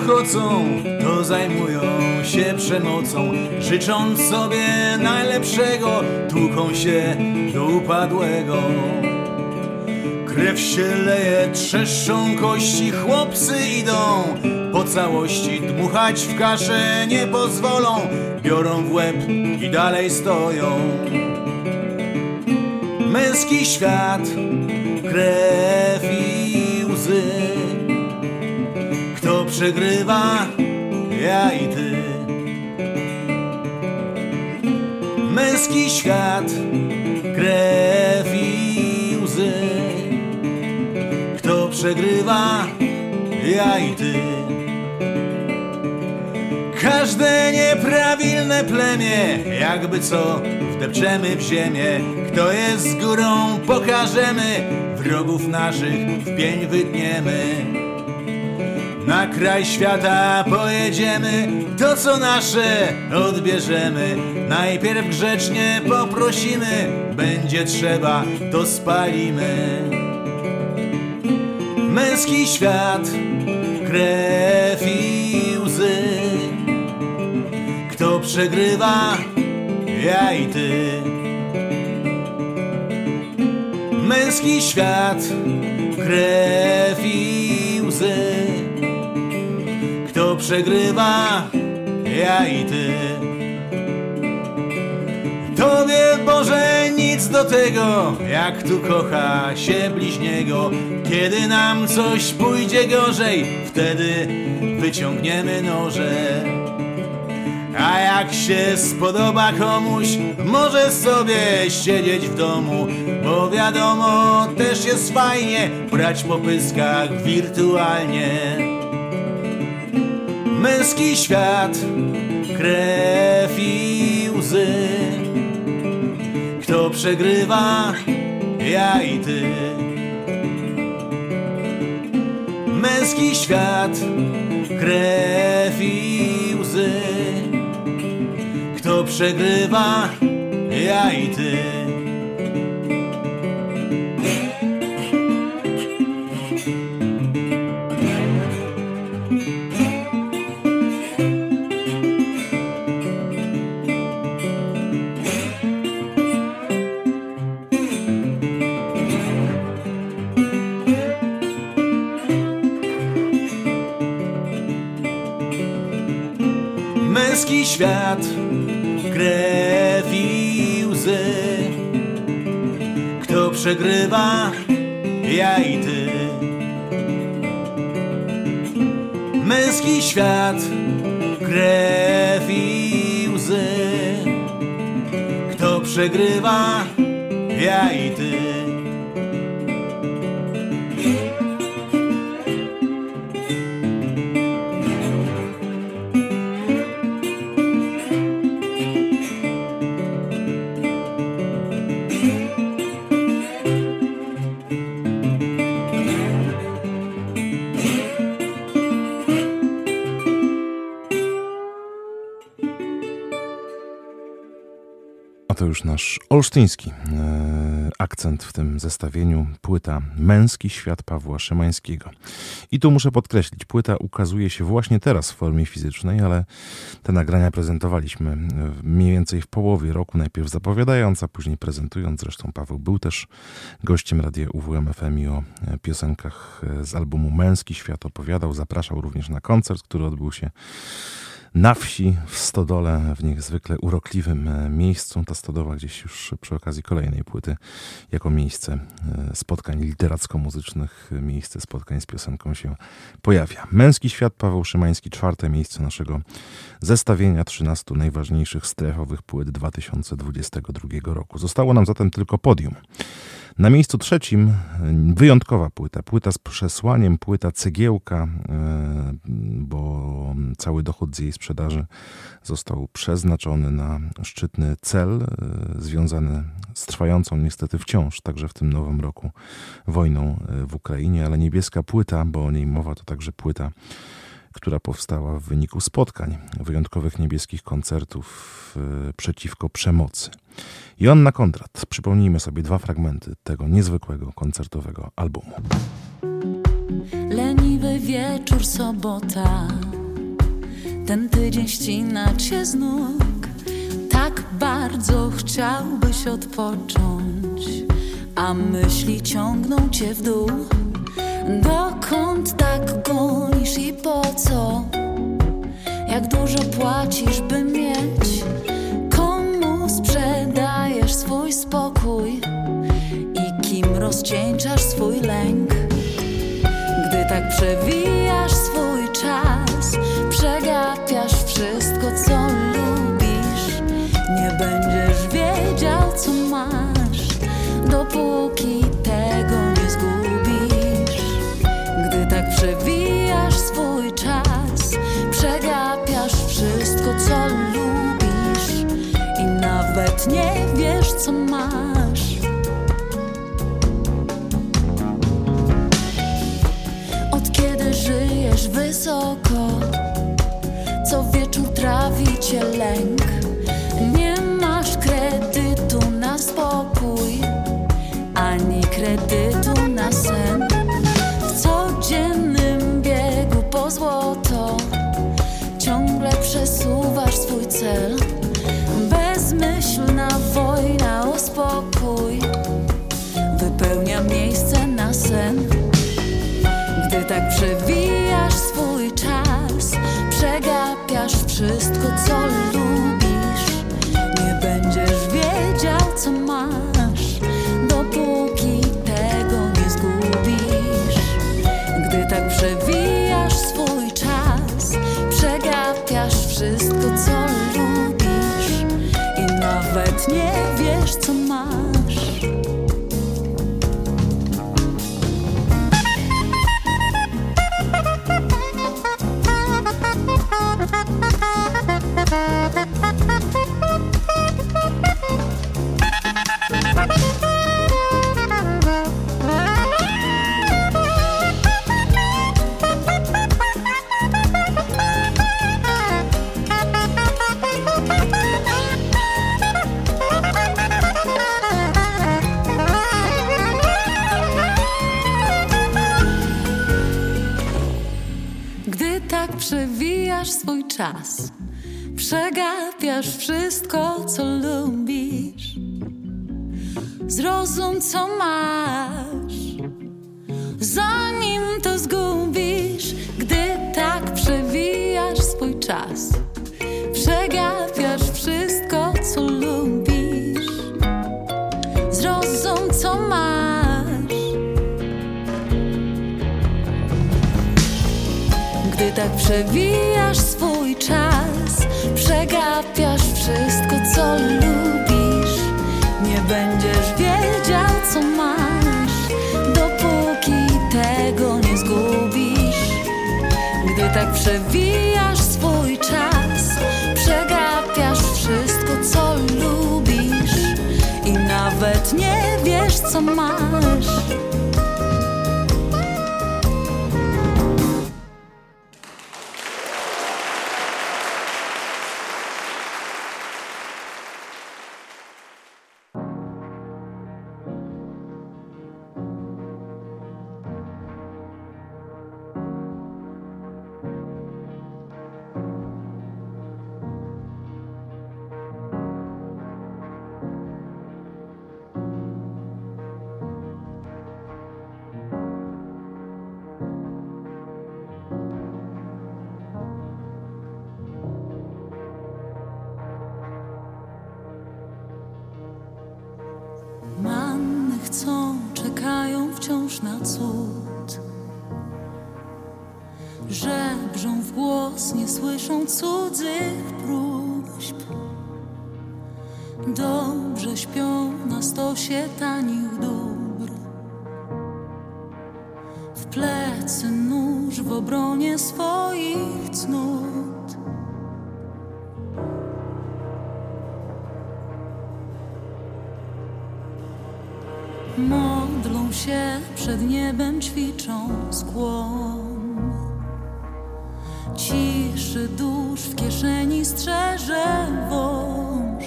ochocą, to zajmują się przemocą, życząc sobie najlepszego, tłuką się do upadłego. Krew się leje, trzeszczą kości, chłopcy idą po całości, dmuchać w kaszę nie pozwolą, biorą w łeb i dalej stoją. Męski świat, krew i łzy. Kto przegrywa? Ja i ty. Męski świat, krew i łzy. Kto przegrywa? Ja i ty. Każde nieprawilne plemię, jakby co, wdepczemy w ziemię. Kto jest górą, pokażemy, wrogów naszych w pień wytniemy. Na kraj świata pojedziemy, to co nasze odbierzemy. Najpierw grzecznie poprosimy, będzie trzeba, to spalimy. Męski świat, krew i łzy. Kto przegrywa? Ja i ty. Męski świat, krew i łzy. Kto przegrywa? Ja i ty. Tobie, Boże, nic do tego, jak tu kocha się bliźniego. Kiedy nam coś pójdzie gorzej, wtedy wyciągniemy noże. A jak się spodoba komuś, może sobie siedzieć w domu, bo wiadomo, też jest fajnie brać po pyskach wirtualnie. Męski świat, krew i łzy. Kto przegrywa? Ja i ty. Męski świat, krew i łzy. Kto przegrywa? Ja i ty. Męski świat, krew i łzy. Kto przegrywa? Ja i ty. Męski świat, krew i łzy. Kto przegrywa? Ja i ty. To już nasz olsztyński e, akcent w tym zestawieniu. Płyta Męski świat Pawła Szymańskiego. I tu muszę podkreślić, płyta ukazuje się właśnie teraz w formie fizycznej, ale te nagrania prezentowaliśmy mniej więcej w połowie roku, najpierw zapowiadając, a później prezentując. Zresztą Paweł był też gościem radia U W M F M i o piosenkach z albumu Męski świat opowiadał. Zapraszał również na koncert, który odbył się na wsi, w stodole, w niezwykle urokliwym miejscu. Ta stodoła gdzieś już przy okazji kolejnej płyty jako miejsce spotkań literacko-muzycznych, miejsce spotkań z piosenką się pojawia. Męski świat, Paweł Szymański, czwarte miejsce naszego zestawienia trzynastu najważniejszych strefowych płyt dwa tysiące dwudziestego drugiego roku. Zostało nam zatem tylko podium. Na miejscu trzecim wyjątkowa płyta, płyta z przesłaniem, płyta cegiełka, bo cały dochód z jej sprzedaży został przeznaczony na szczytny cel związany z trwającą niestety wciąż, także w tym nowym roku, wojną w Ukrainie, ale niebieska płyta, bo o niej mowa, to także płyta, która powstała w wyniku spotkań, wyjątkowych niebieskich koncertów przeciwko przemocy. Joanna Kondrat. Przypomnijmy sobie dwa fragmenty tego niezwykłego koncertowego albumu. Leniwy wieczór, sobota. Ten tydzień ścina cię z nóg. Tak bardzo chciałbyś odpocząć, a myśli ciągną cię w dół. Dokąd tak gonisz i po co? Jak dużo płacisz, by mieć? Komu sprzedajesz swój spokój? I kim rozcieńczasz swój lęk? Gdy tak przewijasz swój czas, przegapiasz wszystko, co lubisz. Nie będziesz wiedział, co masz, dopóki tego nie zgubisz. Gdy tak przewijasz swój czas, przegapiasz wszystko, co lubisz i nawet nie wiesz, co masz. Od kiedy żyjesz wysoko, co wieczór trawi cię lęk. Nie masz kredytu na spokój, ani kredytu na sen. W codziennym biegu po złoto ciągle przesuwasz swój cel. Bezmyślna wojna o spokój wypełnia miejsce na sen. Gdy tak przewijasz swój czas, przegapiasz wszystko, co lubisz. Nie będziesz wiedział, co masz, dopóki tego nie zgubisz. Gdy tak przewijasz swój czas, przegapiasz wszystko, co lubisz i nawet nie wiesz, co masz. Przewijasz swój czas, przegapiasz wszystko, co lubisz. Zrozum, co masz, zanim to zgubisz. Gdy tak przewijasz swój czas, przegapiasz wszystko, co lubisz. Zrozum, co masz. Gdy tak przewijasz swój czas, przegapiasz wszystko, co lubisz. Nie będziesz wiedział, co masz, dopóki tego nie zgubisz. Gdy tak przewijasz swój czas, przegapiasz wszystko, co lubisz i nawet nie wiesz, co masz. Chcą, czekają wciąż na cud. Żebrzą w głos, nie słyszą cudzych próśb. Dobrze śpią na stosie tanich dóbr. W plecy nóż w obronie swoich cnót. Modlą się przed niebem, ćwiczą skłon. Ciszy dusz w kieszeni strzeże wąż.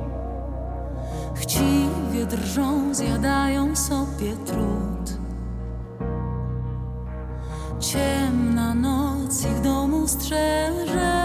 Chciwie drżą, zjadają sobie trud. Ciemno strzeże.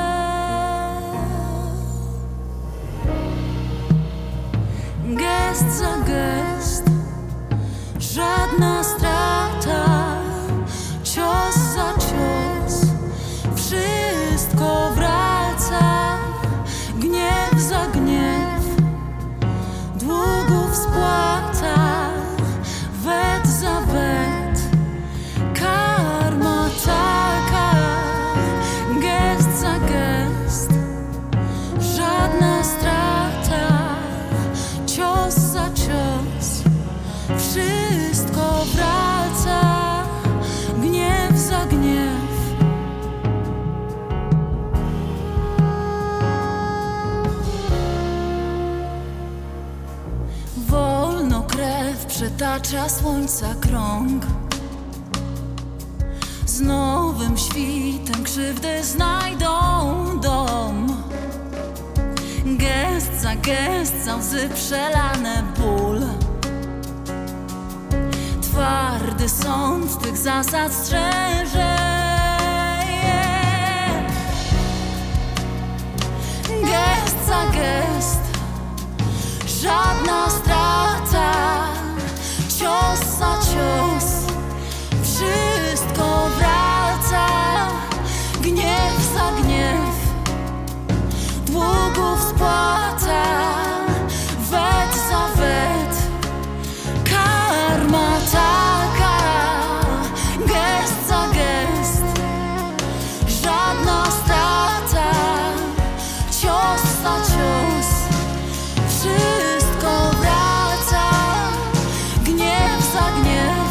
Gest za gest, żadna strata, cios za cios, wszystko wraca, gniew za gniew, długów spłata, wet za wet, karma taka. Gest za gest, żadna strata, cios za cios, wszystko wraca, gniew za gniew. Wolno krew przetacza słońca krąg, z nowym świtem krzywdy znajdą dom. Gest za gest, za łzy przelane ból, twardy sąd tych zasad strzeże. Gest za gest, żadna strata, cios za cios, wszystko wraca, gniew za gniew, długów spłata, wet za wet, karma taka. Gest za gest, żadna strata, cios za cios, wszystko wraca, gniew za gniew,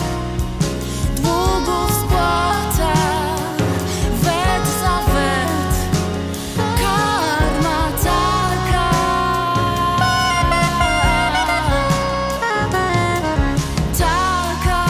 długów spłata, wet za wet, karma taka. Taka.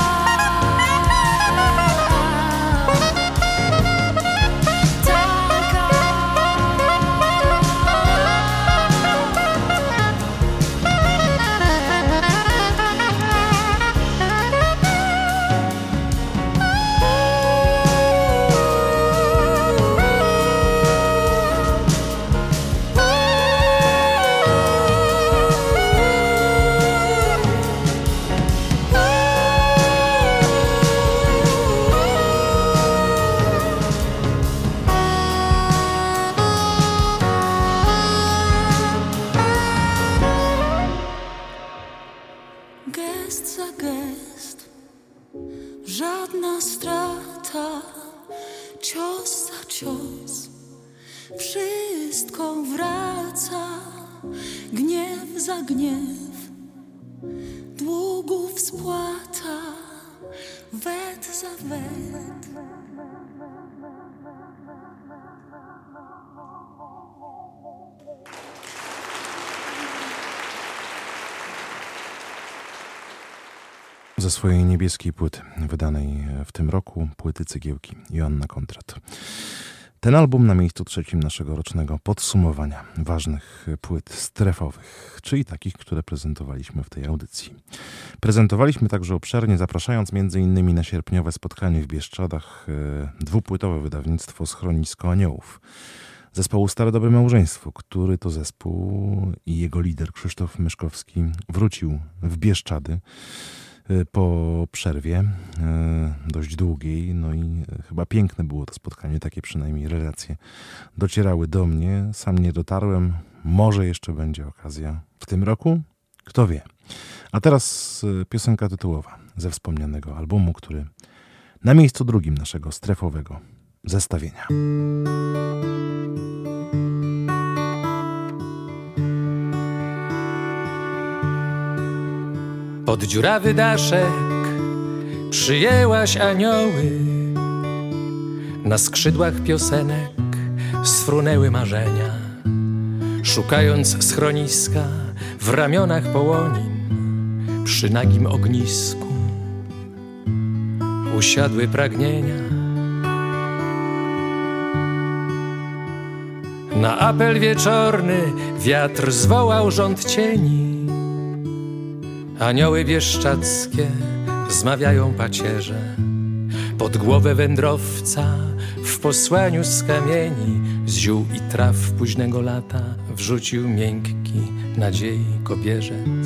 Gest za gest, żadna strata, cios za cios, wszystko wraca, gniew za gniew, długów spłata, wet za wet. Ze swojej niebieskiej płyty, wydanej w tym roku, płyty Cegiełki, Joanna Kondrat. Ten album na miejscu trzecim naszego rocznego podsumowania ważnych płyt strefowych, czyli takich, które prezentowaliśmy w tej audycji. Prezentowaliśmy także obszernie, zapraszając między innymi na sierpniowe spotkanie w Bieszczadach dwupłytowe wydawnictwo Schronisko Aniołów zespołu Stare Dobre Małżeństwo, który to zespół i jego lider Krzysztof Myszkowski wrócił w Bieszczady po przerwie dość długiej, no i chyba piękne było to spotkanie, takie przynajmniej relacje docierały do mnie. Sam nie dotarłem, może jeszcze będzie okazja w tym roku, kto wie. A teraz piosenka tytułowa ze wspomnianego albumu, który na miejscu drugim naszego strefowego zestawienia. Pod dziurawy daszek przyjęłaś anioły, na skrzydłach piosenek sfrunęły marzenia. Szukając schroniska w ramionach połonin, przy nagim ognisku usiadły pragnienia. Na apel wieczorny wiatr zwołał rząd cieni. Anioły bieszczadzkie zmawiają pacierze, pod głowę wędrowca w posłaniu z kamieni, z ziół i traw późnego lata wrzucił miękki nadziei kobierzec.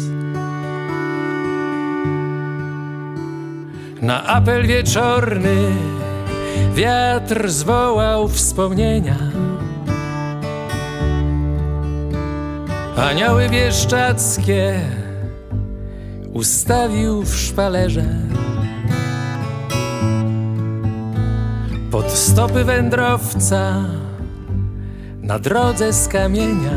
Na apel wieczorny wiatr zwołał wspomnienia. Anioły bieszczackie ustawił w szpalerze. Pod stopy wędrowca na drodze z kamienia,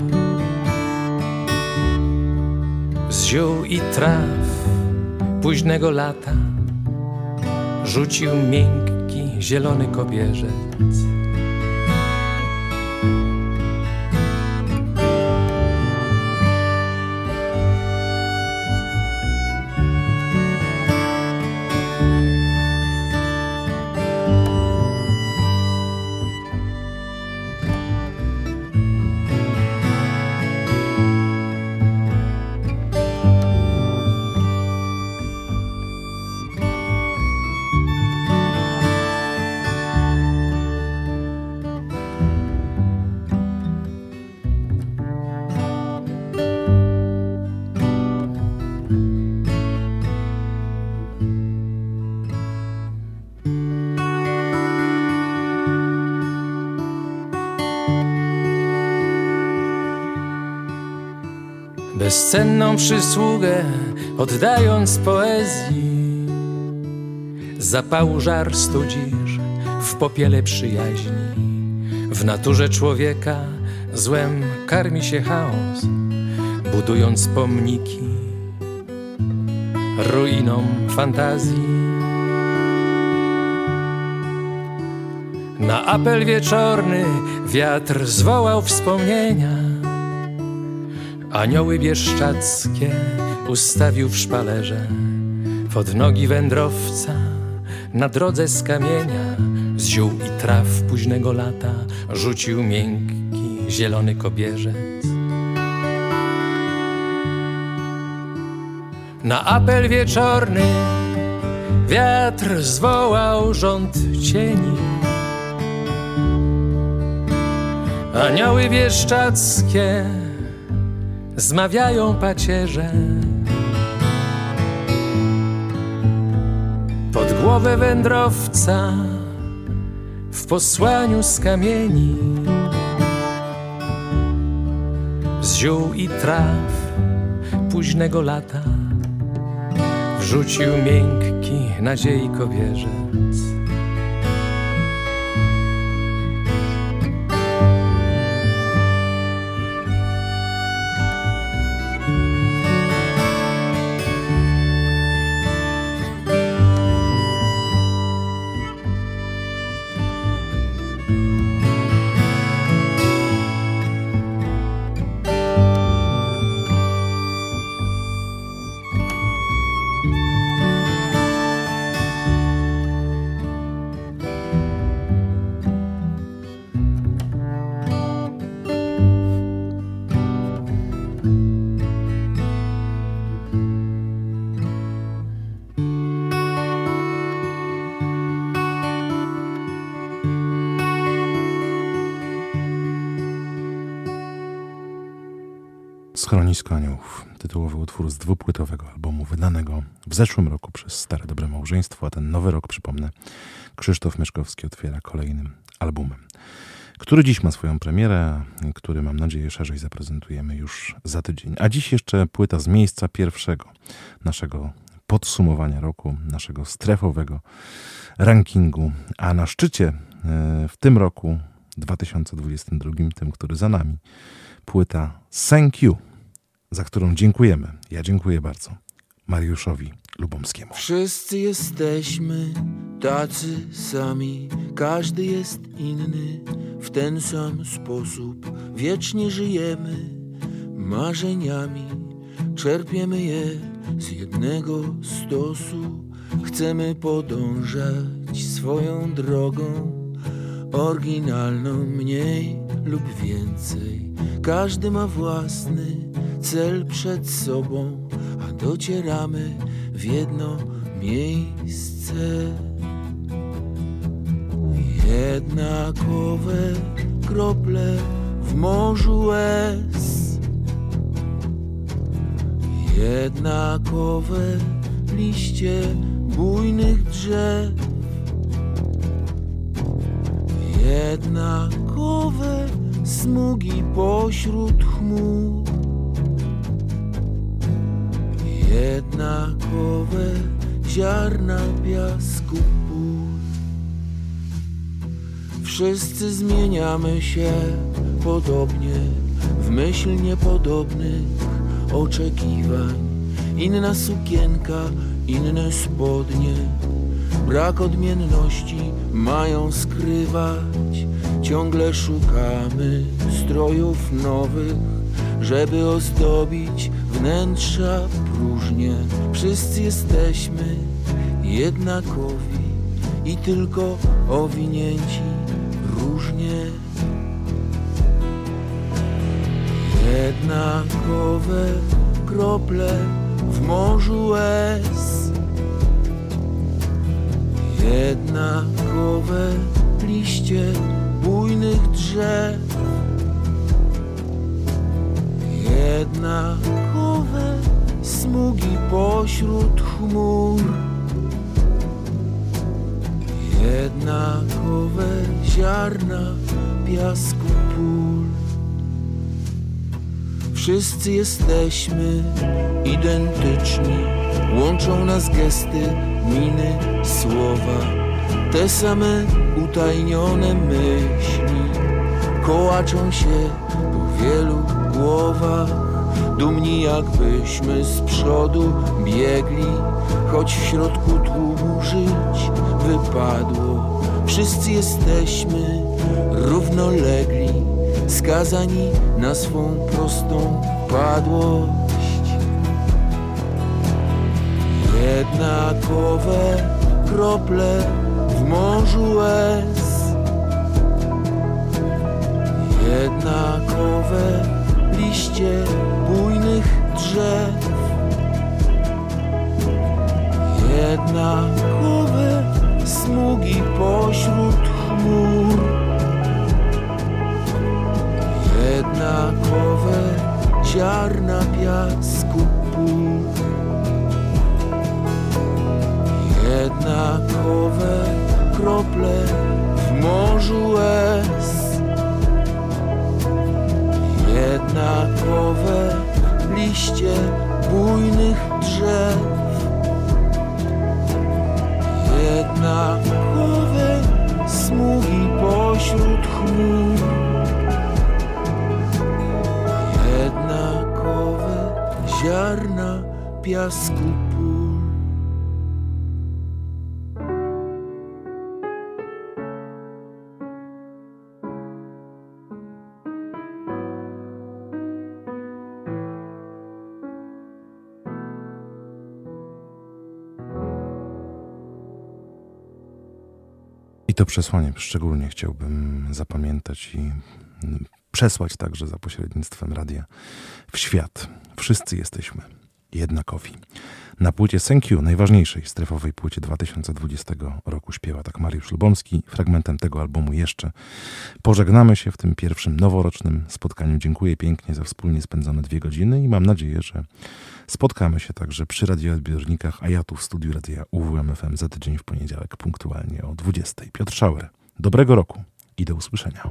z ziół i traw późnego lata rzucił miękki, zielony kobierzec. Bezcenną przysługę oddając poezji, zapału żar studzisz w popiele przyjaźni. W naturze człowieka złem karmi się chaos, budując pomniki ruinom fantazji. Na apel wieczorny wiatr zwołał wspomnienia. Anioły bieszczackie ustawił w szpalerze. Pod nogi wędrowca na drodze z kamienia, z ziół i traw późnego lata rzucił miękki, zielony kobierzec. Na apel wieczorny wiatr zwołał rząd cieni. Anioły bieszczackie zmawiają pacierze. Pod głowę wędrowca w posłaniu z kamieni, z ziół i traw późnego lata wrzucił miękki nadziei kobierzec. Schronisko Aniołów, tytułowy utwór z dwupłytowego albumu wydanego w zeszłym roku przez Stare Dobre Małżeństwo, a ten nowy rok, przypomnę, Krzysztof Mieszkowski otwiera kolejnym albumem, który dziś ma swoją premierę, który mam nadzieję szerzej zaprezentujemy już za tydzień. A dziś jeszcze płyta z miejsca pierwszego naszego podsumowania roku, naszego strefowego rankingu, a na szczycie w tym roku dwa tysiące dwudziestym drugim, tym, który za nami, płyta Thank You, za którą dziękujemy. Ja dziękuję bardzo Mariuszowi Lubomskiemu. Wszyscy jesteśmy tacy sami, każdy jest inny w ten sam sposób. Wiecznie żyjemy marzeniami, czerpiemy je z jednego stosu. Chcemy podążać swoją drogą, oryginalną mniej lub więcej. Każdy ma własny cel przed sobą, a docieramy w jedno miejsce. Jednakowe krople w morzu łez, jednakowe liście bujnych drzew, jednakowe smugi pośród chmur, jednakowe ziarna piasku pól. Wszyscy zmieniamy się podobnie w myśl niepodobnych oczekiwań. Inna sukienka, inne spodnie, brak odmienności mają skrywać. Ciągle szukamy strojów nowych, żeby ozdobić wnętrza próżnie. Wszyscy jesteśmy jednakowi i tylko owinięci różnie. Jednakowe krople w morzu łez, jednakowe liście bujnych drzew, jednakowe smugi pośród chmur, jednakowe ziarna piasku pól. Wszyscy jesteśmy identyczni, łączą nas gesty, miny, słowa, te same utajnione myśli kołaczą się po wielu głowach. Dumni jakbyśmy z przodu biegli, choć w środku tłumu żyć wypadło. Wszyscy jesteśmy równolegli, skazani na swą prostą padłość. Jednakowe krople w morzu łez, jednakowe liście bujnych drzew, jednakowe smugi pośród chmur, jednakowe ziarna piasku pól, jednakowe krople w morzu łez, jednakowe liście bujnych drzew, jednakowe smugi pośród chmur, jednakowe ziarna piasku pól. I to przesłanie szczególnie chciałbym zapamiętać i przesłać także za pośrednictwem radia w świat. Wszyscy jesteśmy jednakowi. Na płycie Thank You, najważniejszej strefowej płycie dwa tysiące dwudziestego roku, śpiewa tak Mariusz Lubomski. Fragmentem tego albumu jeszcze pożegnamy się w tym pierwszym noworocznym spotkaniu. Dziękuję pięknie za wspólnie spędzone dwie godziny i mam nadzieję, że spotkamy się także przy radioodbiornikach, a ja tu w studiu radia U W M F M za tydzień w poniedziałek punktualnie o dwudziestej. Piotr Schauer. Dobrego roku i do usłyszenia.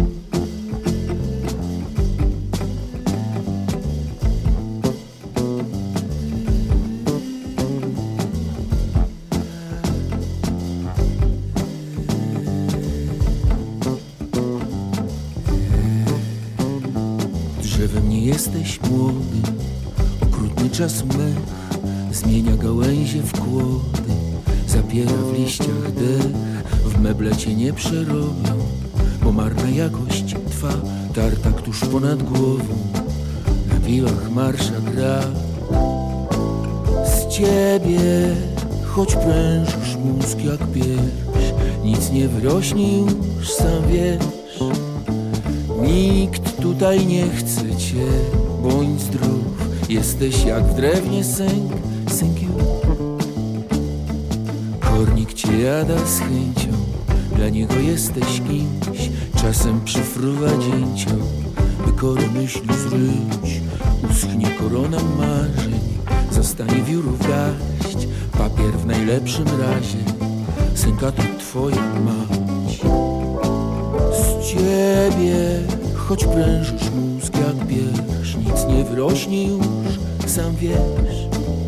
Drzewem nie jesteś młody, okrutny czasu mech zmienia gałęzie w kłody, zapiera w liściach dech, w meble cię nie przerobią, bo marna jakość twa tarta tuż ponad głową, na piłach marsza gra. Z ciebie, choć prężysz mózg jak pierś, nic nie wyrośnie już, sam wiesz. Nikt tutaj nie chce cię, bądź zdrów, jesteś jak w drewnie sęk, thank you. Kornik cię jada z chęcią, Dla niego jesteś kimś, czasem przyfruwa dzięcią, by kory myśli zryć. Uschnie korona marzeń, zostanie wiórów garść, papier w najlepszym razie, synka to twoja mać. Z ciebie, choć prężysz mózg jak bierz, nic nie wyrośnie już, sam wiesz.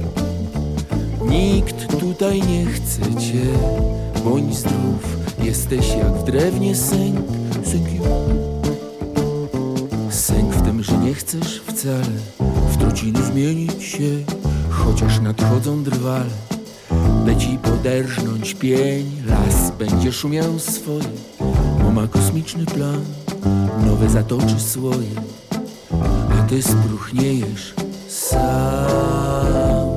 Nikt tutaj nie chce cię, bądź zdrów, jesteś jak w drewnie sęk, sęk już. Sęk w tym, że nie chcesz wcale w truciny zmienić się, chociaż nadchodzą drwale, by ci poderżnąć pień. Las będzie szumiał swoje, bo ma kosmiczny plan, nowe zatoczy słoje, a ty spróchniejesz sam.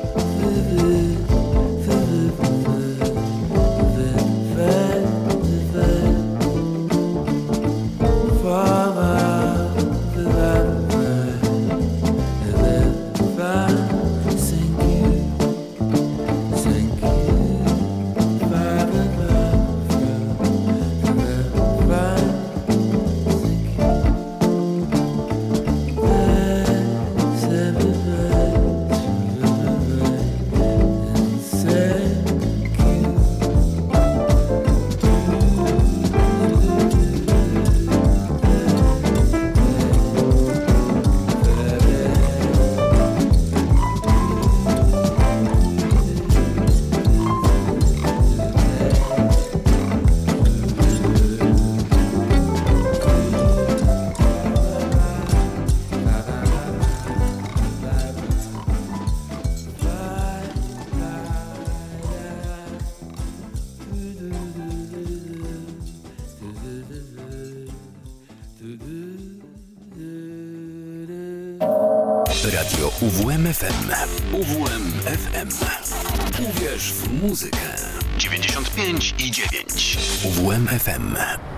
Radio U W M F M. U W M F M. Uwierz w muzykę. dziewięćdziesiąt pięć i dziewięć. U W M F M.